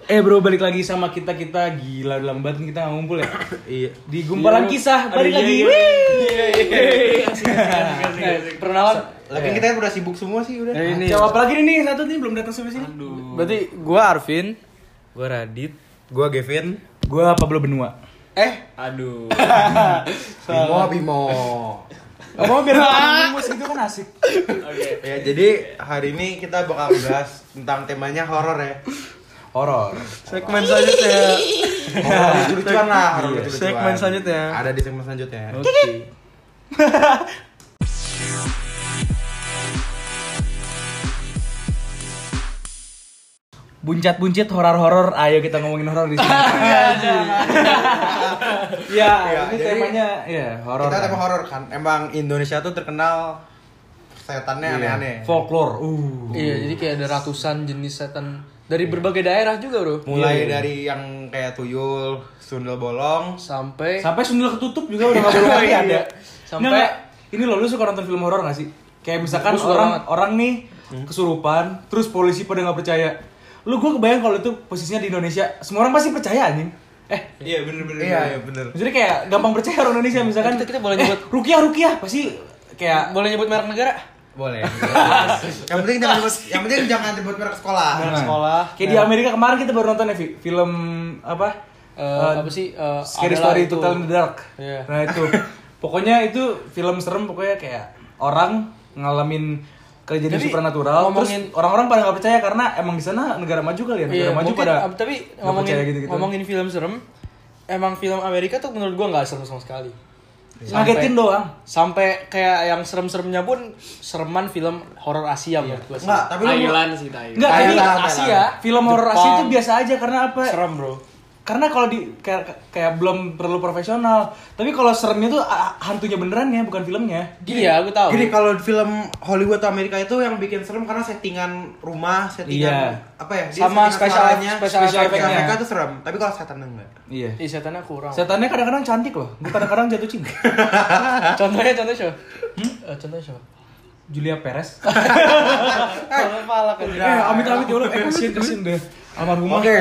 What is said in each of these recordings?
Bro, balik lagi sama kita gila udah lama banget nih kita nggak ngumpul ya. Iya. Di gumpalan kisah balik lagi. Asik. Perkenalan. Lagi kita kan udah sibuk semua sih udah. Ini. Jawab apa lagi nih satu nih belum datang sampai sini. Berarti gua Arvin. Gua Radit, gua Gavin, Gua Pablo Benua. Aduh. Bimo. Apa biar anonimus gitu kan asik. Oke. Ya, jadi hari ini kita bakal bahas tentang temanya horor ya. Horor. Segmen selanjutnya. Horor lucu-lucuan lah, horor Iya. lucu-lucuan. Segmen selanjutnya. Ada di segmen selanjutnya. Oke. Buncit horor, ayo kita ngomongin horor di sini. Ya, ini jadi temanya ya horor. Kita tema horor kan. Emang Indonesia tuh terkenal setannya aneh-aneh. Folklore. Iya, jadi kayak ada ratusan jenis setan dari berbagai daerah juga, Bro. Mulai dari yang kayak tuyul, sundel bolong, Sampai Sundel ketutup juga udah enggak boleh lagi ada. Sampai- Nggak, ini lo lu suka nonton film horor gak sih? Kayak misalkan Gua suka banget. orang nih kesurupan, terus polisi pada nggak percaya. Lu gue kebayang kalau itu posisinya di Indonesia, semua orang pasti percaya anjing. Iya bener. Iya bener. Jadi kayak gampang percaya orang Indonesia misalkan. Kita boleh nyebut Rukiah pasti kayak boleh nyebut merek negara? Boleh. yang penting jangan sebut merek sekolah. Merek sekolah. Kayak di Amerika kemarin kita baru nonton ya film apa? Apa sih? Scary adalah Story itu. to Tell in the Dark. Iya. Nah itu, pokoknya itu film serem pokoknya kayak orang ngalamin kejadian Tapi supernatural. ngomongin- Terus orang-orang pada nggak percaya karena emang di sana negara maju kali ya, negara maju mungkin, pada. tapi nggak percaya gitu-gitu. ngomongin film serem, emang film Amerika tuh menurut gua nggak serem sama sekali. Ngagetin doang. Sampai kayak yang serem-seremnya pun sereman film horor Asia menurut gua sih. Enggak, tapi lu Thailand sih Thailand. Enggak, tapi Thailand. Asia, film horor Jepang. Asia itu biasa aja karena apa? Serem, Bro. Karena kalau di kayak belum perlu profesional. Tapi kalau seremnya tuh hantunya beneran ya, bukan filmnya. Iya, aku tahu. Gini, kalau film Hollywood atau Amerika itu yang bikin serem karena settingan rumah, settingan Iya. apa ya? dia Sama settingan special suaranya, effect-nya. mereka tuh serem. Tapi kalau setan enggak. Iya. Ih, setannya kurang. Setannya kadang-kadang cantik loh, kadang-kadang jatuh cinta. Contohnya siapa? Contohnya siapa? Julia Perez. Kepala kan. Amit-amit ya Allah, kasihin deh. Almarhumah. Oke.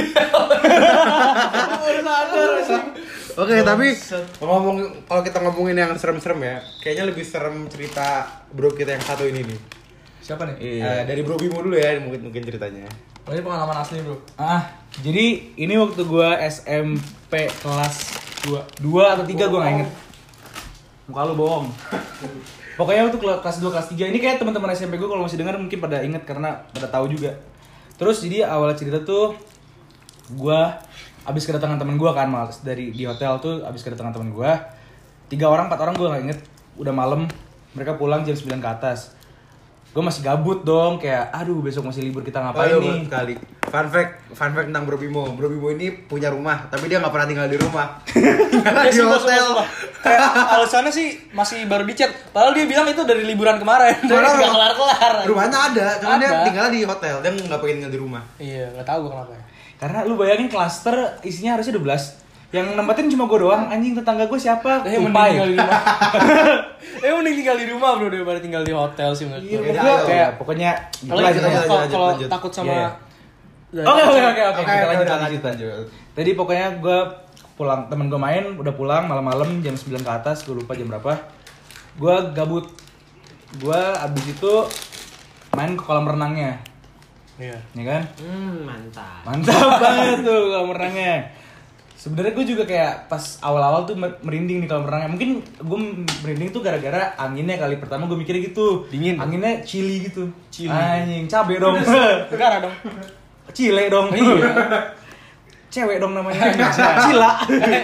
Oke, tapi kalau kita ngomongin yang serem-serem ya, kayaknya lebih serem cerita bro kita yang satu ini nih. Siapa nih? Dari Bro Bimo dulu ya, mungkin ceritanya. Oh, ini pengalaman asli, Bro. Jadi ini waktu gua SMP kelas 2 atau 3 gua enggak inget. Muka lu bohong. Pokoknya waktu kelas 2 kelas 3 ini kayak teman-teman SMP gua kalau masih dengar mungkin pada inget karena pada tahu juga. Terus jadi awal cerita tuh gua abis kedatangan teman gua kan dari di hotel tuh abis kedatangan teman gua 4 orang gua nggak inget, udah malam, mereka pulang jam 9 ke atas. Gue masih gabut dong, kayak aduh besok masih libur kita ngapain nih. Kali. Fun fact tentang Bro Bimo. Bro Bimo ini punya rumah, tapi dia nggak pernah tinggal di rumah. Tinggal di hotel. Kayak alasannya sih masih baru dicat. Padahal dia bilang itu dari liburan kemarin. Jadi Padahal nggak kelar-kelar. Rumahnya ada, cuma dia Ada. tinggal di hotel. Dia nggak pengen tinggal di rumah. Iya, nggak tahu gua kenapa ya. Karena lu bayangin klaster isinya harusnya 12. Yang nempatin cuma gue doang, anjing tetangga gue siapa? Mending Tupai. tinggal di rumah. Mending tinggal di rumah, Bro, daripada tinggal di hotel sih menurut Iya, gua. Beda, gua ayo. kayak pokoknya Kalau lanjut, kalau lanjut. takut sama Iya. Ya, Oke, kita Oke, lanjut udah, lanjut. lanjut. Tadi pokoknya gue pulang, temen gue main, udah pulang malam-malam jam 9 ke atas, gue lupa jam berapa. Gue gabut, gue abis itu main ke kolam renangnya, Iya. ya kan? Mantap. Mantap banget tuh kolam renangnya. Sebenarnya gue juga kayak pas awal-awal tuh merinding di kolam renangnya. Mungkin gue merinding tuh gara-gara anginnya kali. Pertama gue mikirnya gitu. Dingin. Anginnya chili gitu. Chili. Anjing, cabe dong. Negara dong. Cile dong. Iya. Cewek dong namanya. Cila.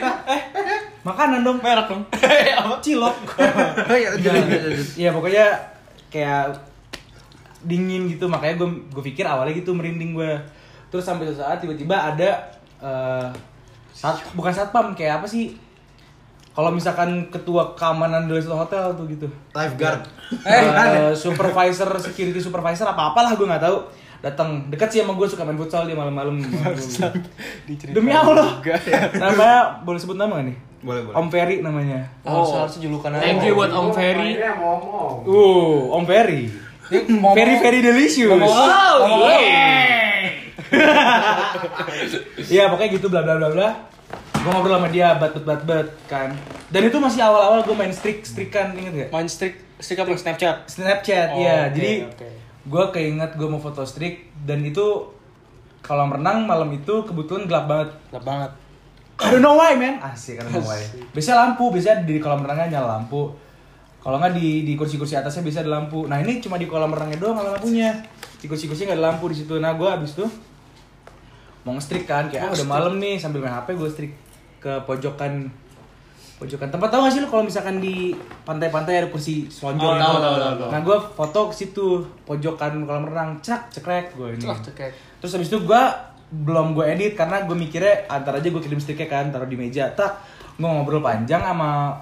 Makanan dong. Merek dong. Cilok. Iya pokoknya kayak dingin gitu. Makanya gue pikir awalnya gitu merinding gue. Terus sampai suatu saat tiba-tiba ada bukan satpam, kayak apa sih? Kalau misalkan ketua keamanan dari suatu hotel tuh gitu. Lifeguard. Supervisor, security supervisor apa-apalah gue nggak tahu. Datang dekat sih sama gue, suka main futsal dia malam-malam. Demi Allah. Namanya boleh sebut nama gak nih? Boleh. Om Ferry namanya. Seharusnya julukannya. Thank you buat Om Ferry. Om Ferry. Ngomong- Very delicious. Ngomong- Oh, ngomong- yeah. Iya pokoknya gitu bla bla bla bla. Gue ngobrol sama dia bat kan. Dan itu masih awal-awal gue main streak-streakan, inget gak? Main streak apa? Snapchat. Snapchat, Oh, iya. oke, Jadi oke. gue keinget gue mau foto streak dan itu kolam renang malam itu kebetulan gelap banget. Gelap banget. I don't know why man. Asik, I don't know why. Biasanya lampu, biasanya di kolam renangnya nyala lampu. Kalau nggak di kursi-kursi atasnya bisa ada lampu. Nah ini cuma di kolam renangnya doang ada lampunya. Di kursi-kursi nggak ada lampu di situ. Nah gue abis tuh mau nge-streak kan, kayak udah malam nih sambil main HP gue streak ke pojokan tempat. Tahu gak sih lu kalau misalkan di pantai-pantai ada kursi selonjor? Tahu. Nah gue foto ke situ pojokan kolam renang, cekrek gue ini. Cekrek. Terus habis itu gue belum gue edit karena gue mikirnya antar aja gue kirim sticknya kan, taruh di meja. Tak, gue ngobrol panjang sama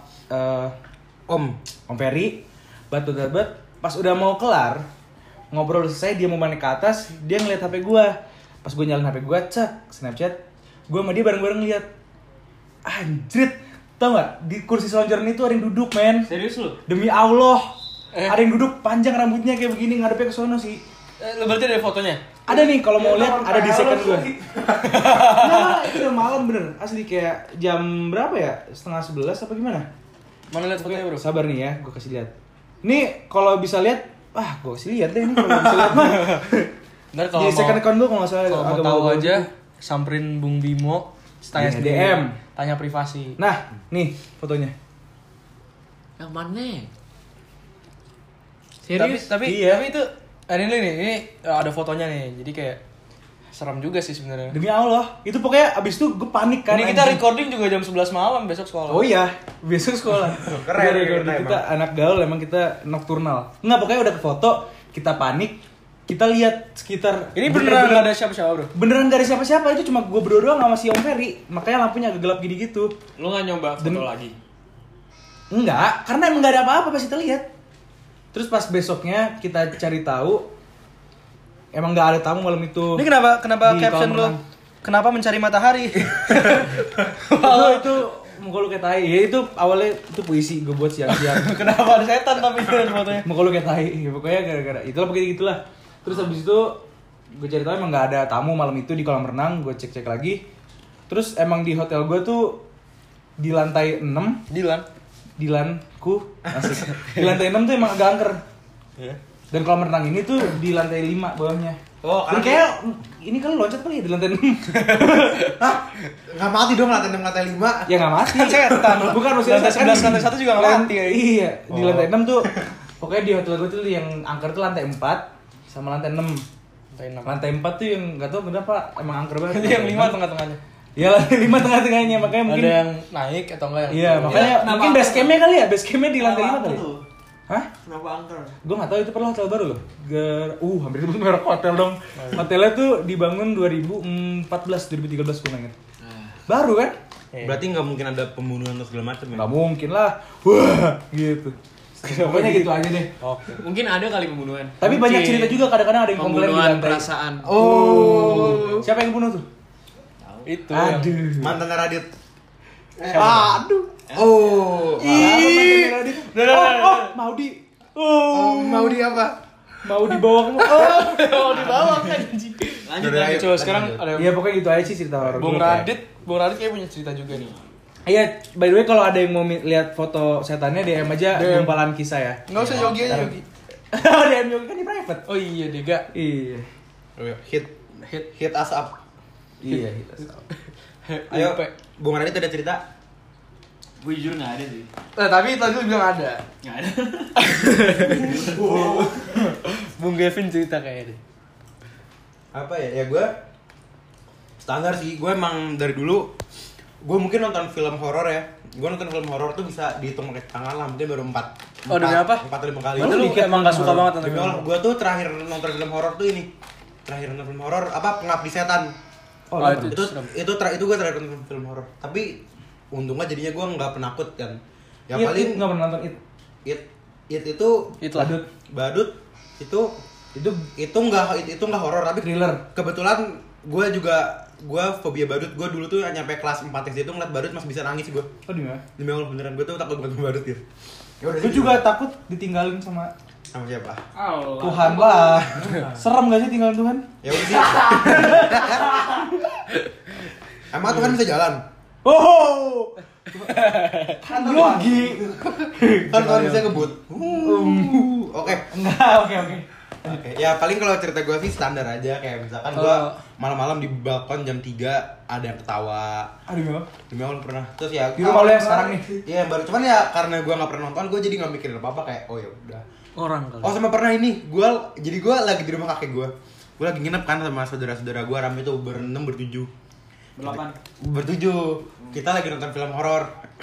Om Ferry, bat. Pas udah mau kelar ngobrol selesai, dia mau balik ke atas, dia ngeliat HP gue. Pas gue nyalain HP gue, Snapchat, gue sama dia bareng-bareng lihat. Anjrit, tau gak? Di kursi selonjoran itu ada yang duduk, men. Serius lu? Demi Allah, ada yang duduk panjang rambutnya kayak begini, ngadepnya ke sono sih. Lu berarti ada fotonya? Ada nih, kalau mau lihat ada di second gue. Nah, itu udah malam bener. Asli kayak jam berapa ya? 10:30 apa gimana? Mana lihat fotonya, Bro? Sabar nih ya, gue kasih lihat. Nih kalau bisa lihat, gue kasih lihat deh ini kalau bisa lihat mah. Ntar Di second account gue kalau nggak salah. Kalau mau agak tahu bawah-bawah aja, gitu. samperin Bung Bimo, tanya Iya, sendiri. DM. Tanya privasi. Nah, nih fotonya. Yang mana? Serius? Tapi Iya. itu ini ada fotonya nih. Jadi kayak serem juga sih sebenarnya. Demi Allah, itu pokoknya abis itu gue panik kan. Ini kita anjing. recording juga jam 11 malam, besok sekolah. Oh iya, besok sekolah. Keren, Kita recording, keren, kita anak gaul emang kita nocturnal. Enggak, pokoknya udah ke foto, kita panik, kita lihat sekitar. Ini beneran nggak ada siapa-siapa, Bro? Beneran gak ada siapa-siapa, itu cuma gue berdua doang sama si Om Ferry. Makanya lampunya agak gelap gini gitu. Lu nggak nyoba foto lagi? Enggak, karena emang gak ada apa-apa pas kita lihat. Terus pas besoknya kita cari tahu, emang gak ada tamu malam itu. Ini kenapa Di caption kolam lu? renang. Kenapa mencari matahari? itu muka lu kayak tai. Ya itu awalnya itu puisi gue buat siang-siang. Kenapa ada setan tapi itu fotonya? Muka lu kayak tai. Ya, pokoknya gara-gara itulah begitu gitulah. Terus habis itu gue cari tahu emang gak ada tamu malam itu di kolam renang. Gue cek lagi. Terus emang di hotel gue tuh di lantai 6 Dilanku asik. Di lantai 6 tuh emang agak angker. Dan kolam renang ini tuh di lantai 5 bawahnya. Oh, Dan kayak ini kan loncat kali ya di lantai 6. Hah? Nggak mati dong lantai 6 lantai 5. Ya nggak mati. Setan. Bukan maksudnya Lantai 11, lantai 1 juga nggak mati, ya? Iya, di Oh. lantai 6 tuh pokoknya di hotel gue tuh yang angker tuh lantai 4 sama lantai 6. Lantai 4 tuh yang nggak tahu kenapa emang angker banget. Itu yang 5 tengah-tengahnya. Ya lantai 5 tengah-tengahnya makanya mungkin. Ada yang naik atau enggak yang? Iya, makanya kenapa mungkin base angker? campnya kali ya, base campnya di lantai 5 kali. tuh? Hah? Kenapa angker? Gue nggak tahu itu pernah hotel baru loh. Hampir sebut merek hotel dong. Hotelnya tuh dibangun 2013 gue nggak inget. Baru kan? Berarti nggak mungkin ada pembunuhan atau segala macam ya? Nggak mungkin lah. Wah, gitu. Pokoknya gitu aja deh. Oke. Mungkin ada kali pembunuhan. Tapi banyak Mungkin. cerita juga kadang-kadang ada yang komplain di Pembunuhan lantai. perasaan. Oh. Siapa yang bunuh tuh? Itu. yang- Aduh. Mantan Radit. Aduh. Oh. Maudi. Oh, mau di apa? Mau dibawa ke Oh, di bawah kan anjing. Lanjut, Coba lanjut, sekarang lanjut. ada Iya pokoknya gitu aja sih cerita horor. Bung gue kayak. Radit kayak punya cerita juga nih. Iya, by the way kalau ada yang mau lihat foto setannya DM aja DM. gumpalan kisah ya. Enggak usah Yogi aja Yogi. DM Yogi kan di private. Oh iya, Dega. Iya. Oh, iya. Hit us up. Iya. Ayo, Bung Radit ada cerita? Gue jujur nggak ada sih. Tapi tadi lu bilang ada. Nggak ada. Bung Kevin cerita kayaknya deh. Apa ya? Ya gue standar sih. Gue emang dari dulu gue mungkin nonton film horor ya. Gue nonton film horor tuh bisa dihitung pakai tangan lah, mungkin baru 4. Oh, demi apa? 4 atau 5 kali. Berarti lu emang gak suka banget nonton Demi film Allah, gue tuh terakhir nonton film horor tuh ini. Terakhir nonton film horor apa? Pengabdi Setan. Oh, Oh, itu. Itu gue terakhir nonton film horor. Tapi untungnya jadinya gue nggak penakut kan. Ya It, paling nggak pernah nonton it. It itu Itulah. badut itu nggak horor tapi Thriller. kebetulan gue fobia badut. Gue dulu tuh nyampe kelas 4 SD itu ngeliat badut masih bisa nangis gue. Oh di mana? Demi Allah beneran gue tuh takut banget sama badut gitu. Ya udah Gue sih, juga gitu. takut ditinggalin sama Sama siapa? Allah. Tuhan lah. Serem gak sih tinggal Tuhan? Ya udah sih. Emang Tuhan bisa jalan? Oh. Kan Yogi. Kan Tuhan bisa ngebut. Oke. Enggak, oke. Oke. Ya paling kalau cerita gue sih standar aja, kayak misalkan gue malam-malam di balkon jam 3 ada yang ketawa. Aduh. Demi Allah pernah. Terus ya Di rumah lu yang sekarang nih? Iya, baru cuman ya karena gue nggak pernah nonton, gue jadi nggak mikirin apa-apa, kayak oh ya udah. Orang kali. Oh sama pernah ini, jadi gue lagi di rumah kakek gue lagi nginep kan sama saudara-saudara gue, rame tuh berenam bertujuh. Bertujuh. Kita lagi nonton film horor.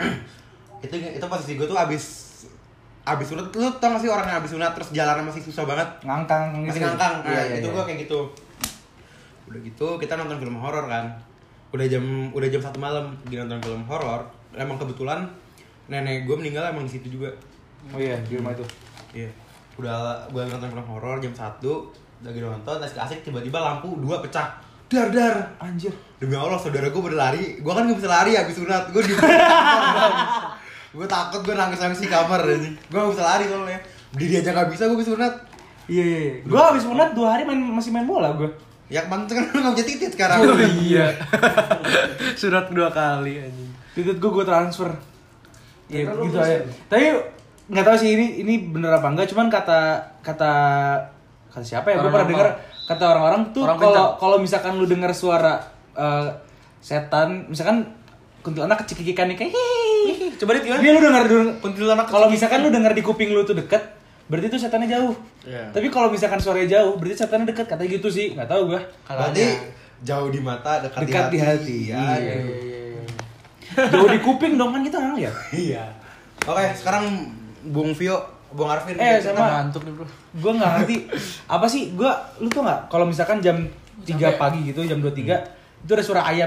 itu posisi gue tuh abis sunat. Lu tau gak sih orang yang abis sunat terus jalanan masih susah banget, Ngangkang masih gitu. ngangkang. Nah, Iya. itu gue kayak gitu. Udah gitu kita nonton film horor kan. Udah jam 1 malam lagi nonton film horor. Emang kebetulan nenek gue meninggal emang di situ juga. Oh iya, di rumah itu. Iya. Udah gue nonton film horor jam 1, lagi nonton, asik tiba-tiba lampu 2 pecah. Dar, Anjir. demi Allah saudara gue pada lari. Gue kan gak bisa lari habis sunat. Gue di gue takut, gue nangis di kamar anjing. Gue gak bisa lari soalnya. Berdiri aja gak bisa gue habis sunat. Iya. Gua habis sunat 2 hari masih main bola gua. Ya pantes kan lu gak bisa titit sekarang. Oh iya. Surat 2 kali anjing. Titit gua transfer. Iya gitu aja. Tapi nggak tahu sih ini bener apa enggak, cuman kata siapa ya? Gua pernah dengar kata orang-orang tuh kalau misalkan lu dengar suara setan, misalkan kuntilanak kecikikikan nih kayak hihihi. Coba deh gimana? Dia lu dengar Kuntilanak kalau misalkan lu dengar di kuping lu tuh deket, berarti tuh setannya jauh. Iya. Tapi kalau misalkan suaranya jauh, berarti setannya deket. Katanya gitu sih, nggak tahu gua. Berarti jauh di mata, dekat Dekat di hati. Iya. Jauh di kuping dong kan kita orang ya. Iya. Oke, sekarang Bung Vio, Bung Arvin. Sama Ngantuk nih, Bro. gue nggak ngerti apa sih lu tuh nggak kalau misalkan jam 3 pagi gitu, jam 2-3 itu ada suara ayam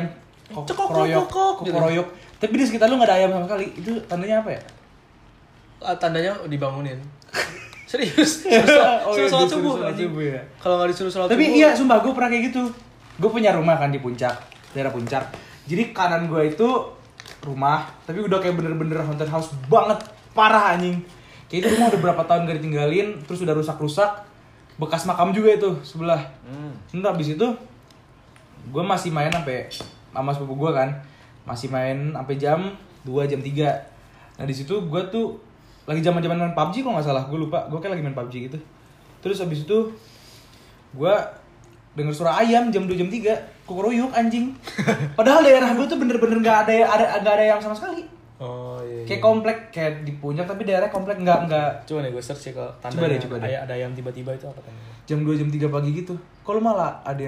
kroyok, tapi di sekitar lu nggak ada ayam sama sekali, itu tandanya apa ya? Tandanya dibangunin. Serius. Oh iya, Suruh sholat disuruh subuh sholat anjing. subuh ya. Kalau nggak disuruh sholat Tapi subuh. iya sumpah gue pernah kayak gitu. Gue punya rumah kan di puncak, daerah puncak. Jadi kanan gue itu rumah, tapi udah kayak bener-bener haunted house banget, parah anjing. Kayak itu rumah udah berapa tahun gak ditinggalin, terus udah rusak-rusak, bekas makam juga itu sebelah. Entah abis itu, gue masih main sampai sama sepupu gue kan, masih main sampai jam 2 jam 3. Nah di situ gue tuh lagi zaman main PUBG kalau nggak salah, gue lupa, gue kayak lagi main PUBG gitu. Terus abis itu gue denger suara ayam jam 2 jam 3 kukuruyuk anjing. Padahal daerah gue tuh bener-bener nggak ada ayam sama sekali. Oh iya. Kayak komplek, kayak di puncak tapi daerah komplek nggak. Coba nih gue search ya kalau tanda. Coba deh. Ada ayam tiba-tiba itu apa tandanya? Jam 2 jam 3 pagi gitu. Kalau malah ada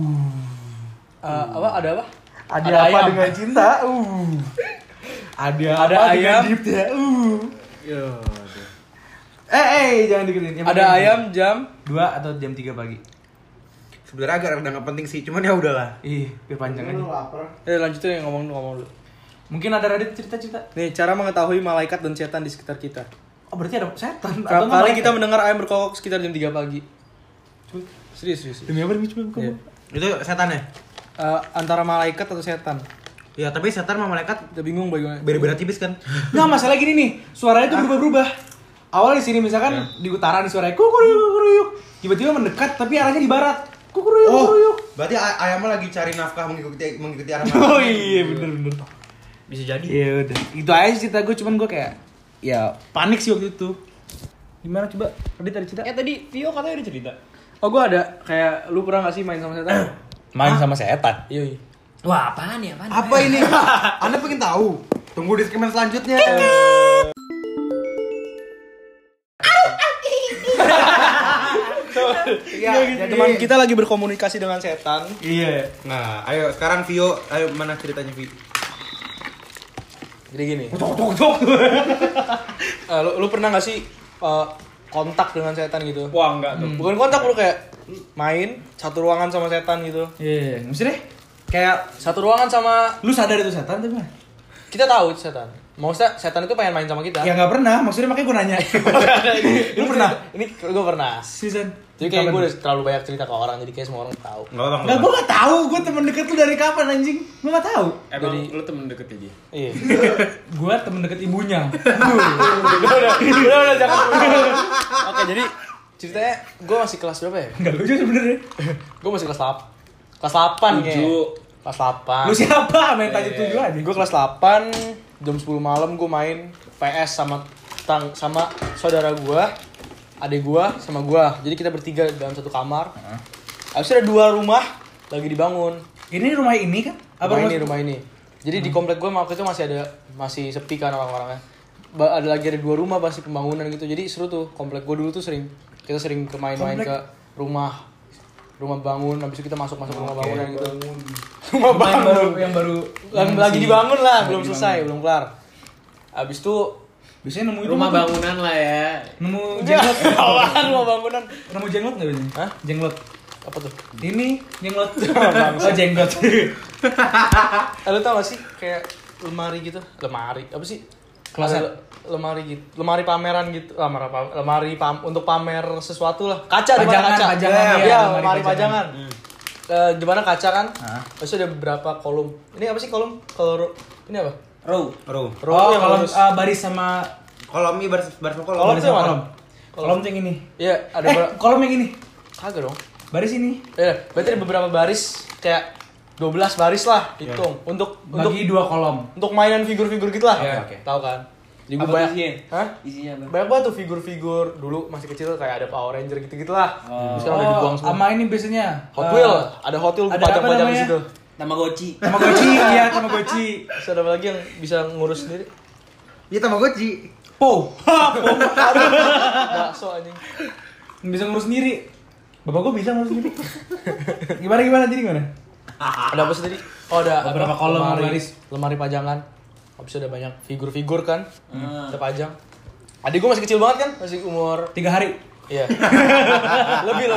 Apa? Ada apa? Ada Ada apa ayam. dengan cinta? Ada Ada apa ayam. dengan Dipta? Yo. Jangan deketin. Yang Ada penting ayam jam 2 atau jam 3 pagi. Sebenarnya agak rada nggak penting sih, cuman ya udahlah. Ih, biar panjang aja. lanjutin yang ngomong dulu. Mungkin ada Radit cerita-cerita. Nih, cara mengetahui malaikat dan setan di sekitar kita. Oh, berarti ada setan Berapa nggak kali malaikat? kita mendengar ayam berkokok sekitar jam 3 pagi? Serius. Demi apa nih coba? Iya. Itu setan ya? Antara malaikat atau setan? Ya, tapi setan sama malaikat Udah bingung bagaimana? beda-beda tipis kan? Nah, masalah gini nih, suaranya tuh berubah-berubah. Awal di sini misalkan di utara nih suaranya kukuruyuk. Tiba-tiba mendekat tapi arahnya di barat. Kukuruyuk. Berarti ayamnya lagi cari nafkah mengikuti arah Oh iya, bener. Bisa jadi. Iya udah. Itu aja cerita gue, cuman gue kayak ya panik sih waktu itu. Gimana coba? Tadi cerita? Tadi Vio katanya ada cerita. Oh, gue ada. Kayak lu pernah gak sih main sama setan? Main sama setan. Iya. Wah, apaan ya? Apa ini? Anda pengen tahu? Tunggu di segmen selanjutnya. Iya, teman kita lagi berkomunikasi dengan setan. Iya. Nah, ayo sekarang Vio, ayo mana ceritanya Vi? Jadi gini. Tok. Lu pernah gak sih kontak dengan setan gitu? Wah, enggak tuh. Bukan kontak, lu kayak main satu ruangan sama setan gitu. Iya, maksudnya kayak Satu ruangan sama lu sadar itu setan tapi mah? kita tahu itu setan. Maksudnya setan itu pengen main sama kita. Ya nggak pernah, maksudnya makanya gue nanya. Lu pernah? Ini gue pernah. Season. Jadi kayak gue udah terlalu banyak cerita ke orang, jadi kayak semua orang tahu. Enggak, gue nggak tahu. Gue temen deket lu dari kapan anjing? Gue nggak tahu. Emang Jadi- lu temen deket dia? Iya. Gue temen deket ibunya. udah jangan. Oke, jadi ceritanya gue masih kelas berapa ya? Enggak lucu sebenarnya. Gue masih kelas 8 kayak. Kelas 8. Lu siapa? Main tanya 7 aja. Gue kelas 8 jam 10 malam gue main PS sama saudara gue, adik gue sama gue. Jadi kita bertiga dalam satu kamar. Habis itu ada 2 rumah lagi dibangun. Ini rumah ini kan? Rumah ini. Jadi di komplek gue waktu itu masih sepi kan orang-orangnya. Ada 2 rumah masih pembangunan gitu. Jadi seru tuh. Komplek gue dulu tuh kita sering main-main ke rumah bangun. Habis itu kita masuk rumah bangunan gitu. Rumah bangun yang baru lagi dibangun lah, belum selesai, belum kelar. Habis itu biasanya nemuin Rumah bangunan lah ya. Nemu jenglot. apaan rumah bangunan? Nemu jenglot enggak biasanya? Hah? Jenglot. Apa tuh? Ini jenglot. Oh, jenggot. Lu tau gak sih kayak lemari gitu? Lemari apa sih? Kloset. Lemari gitu. Lemari pameran gitu. Untuk pamer sesuatu lah. Kaca di mana kaca? Pajangan, Iya, lemari lemari pajangan. pajangan. Di mana kaca kan? Hah? Terus ada beberapa kolom. Ini apa sih kolom? Kalau ini apa? Row. Row Oh, yang kolom lurus. baris sama Kolom ini baris kolom. Kolom baris tuh yang sama mana? kolom. Kolom tuh yang ini. Iya, ada Kolom yang ini. kagak dong. Baris ini. Ya, berarti ada beberapa baris kayak 12 baris lah hitung untuk Bagi 2 kolom. untuk mainan figur-figur gitu lah. Oke, oke. Tahu kan? Jadi gue Apa banyak. isinya? Hah? Isinya apa? Banyak banget tuh figur-figur dulu masih kecil kayak ada Power Ranger gitu-gitu lah. Terus sekarang udah Oh, dibuang semua. sama ini biasanya Hot Wheel, ada Hot Wheel ada pajang-pajang apa di namanya? situ. Tamagotchi. Tamagotchi, iya Tamagotchi. Terus ada apa lagi yang bisa ngurus sendiri? Iya Tamagotchi. Po. Bakso anjing. Bisa ngurus sendiri. Bapak gua bisa ngurus sendiri. Gimana jadi gimana? Ada apa sih tadi? Oh, ada Beberapa apa? kolom lemari, baris. lemari pajangan. Habis itu ada banyak figur-figur kan. Kita pajang. Adik gue masih kecil banget kan? Masih umur 3 hari. iya. lebih.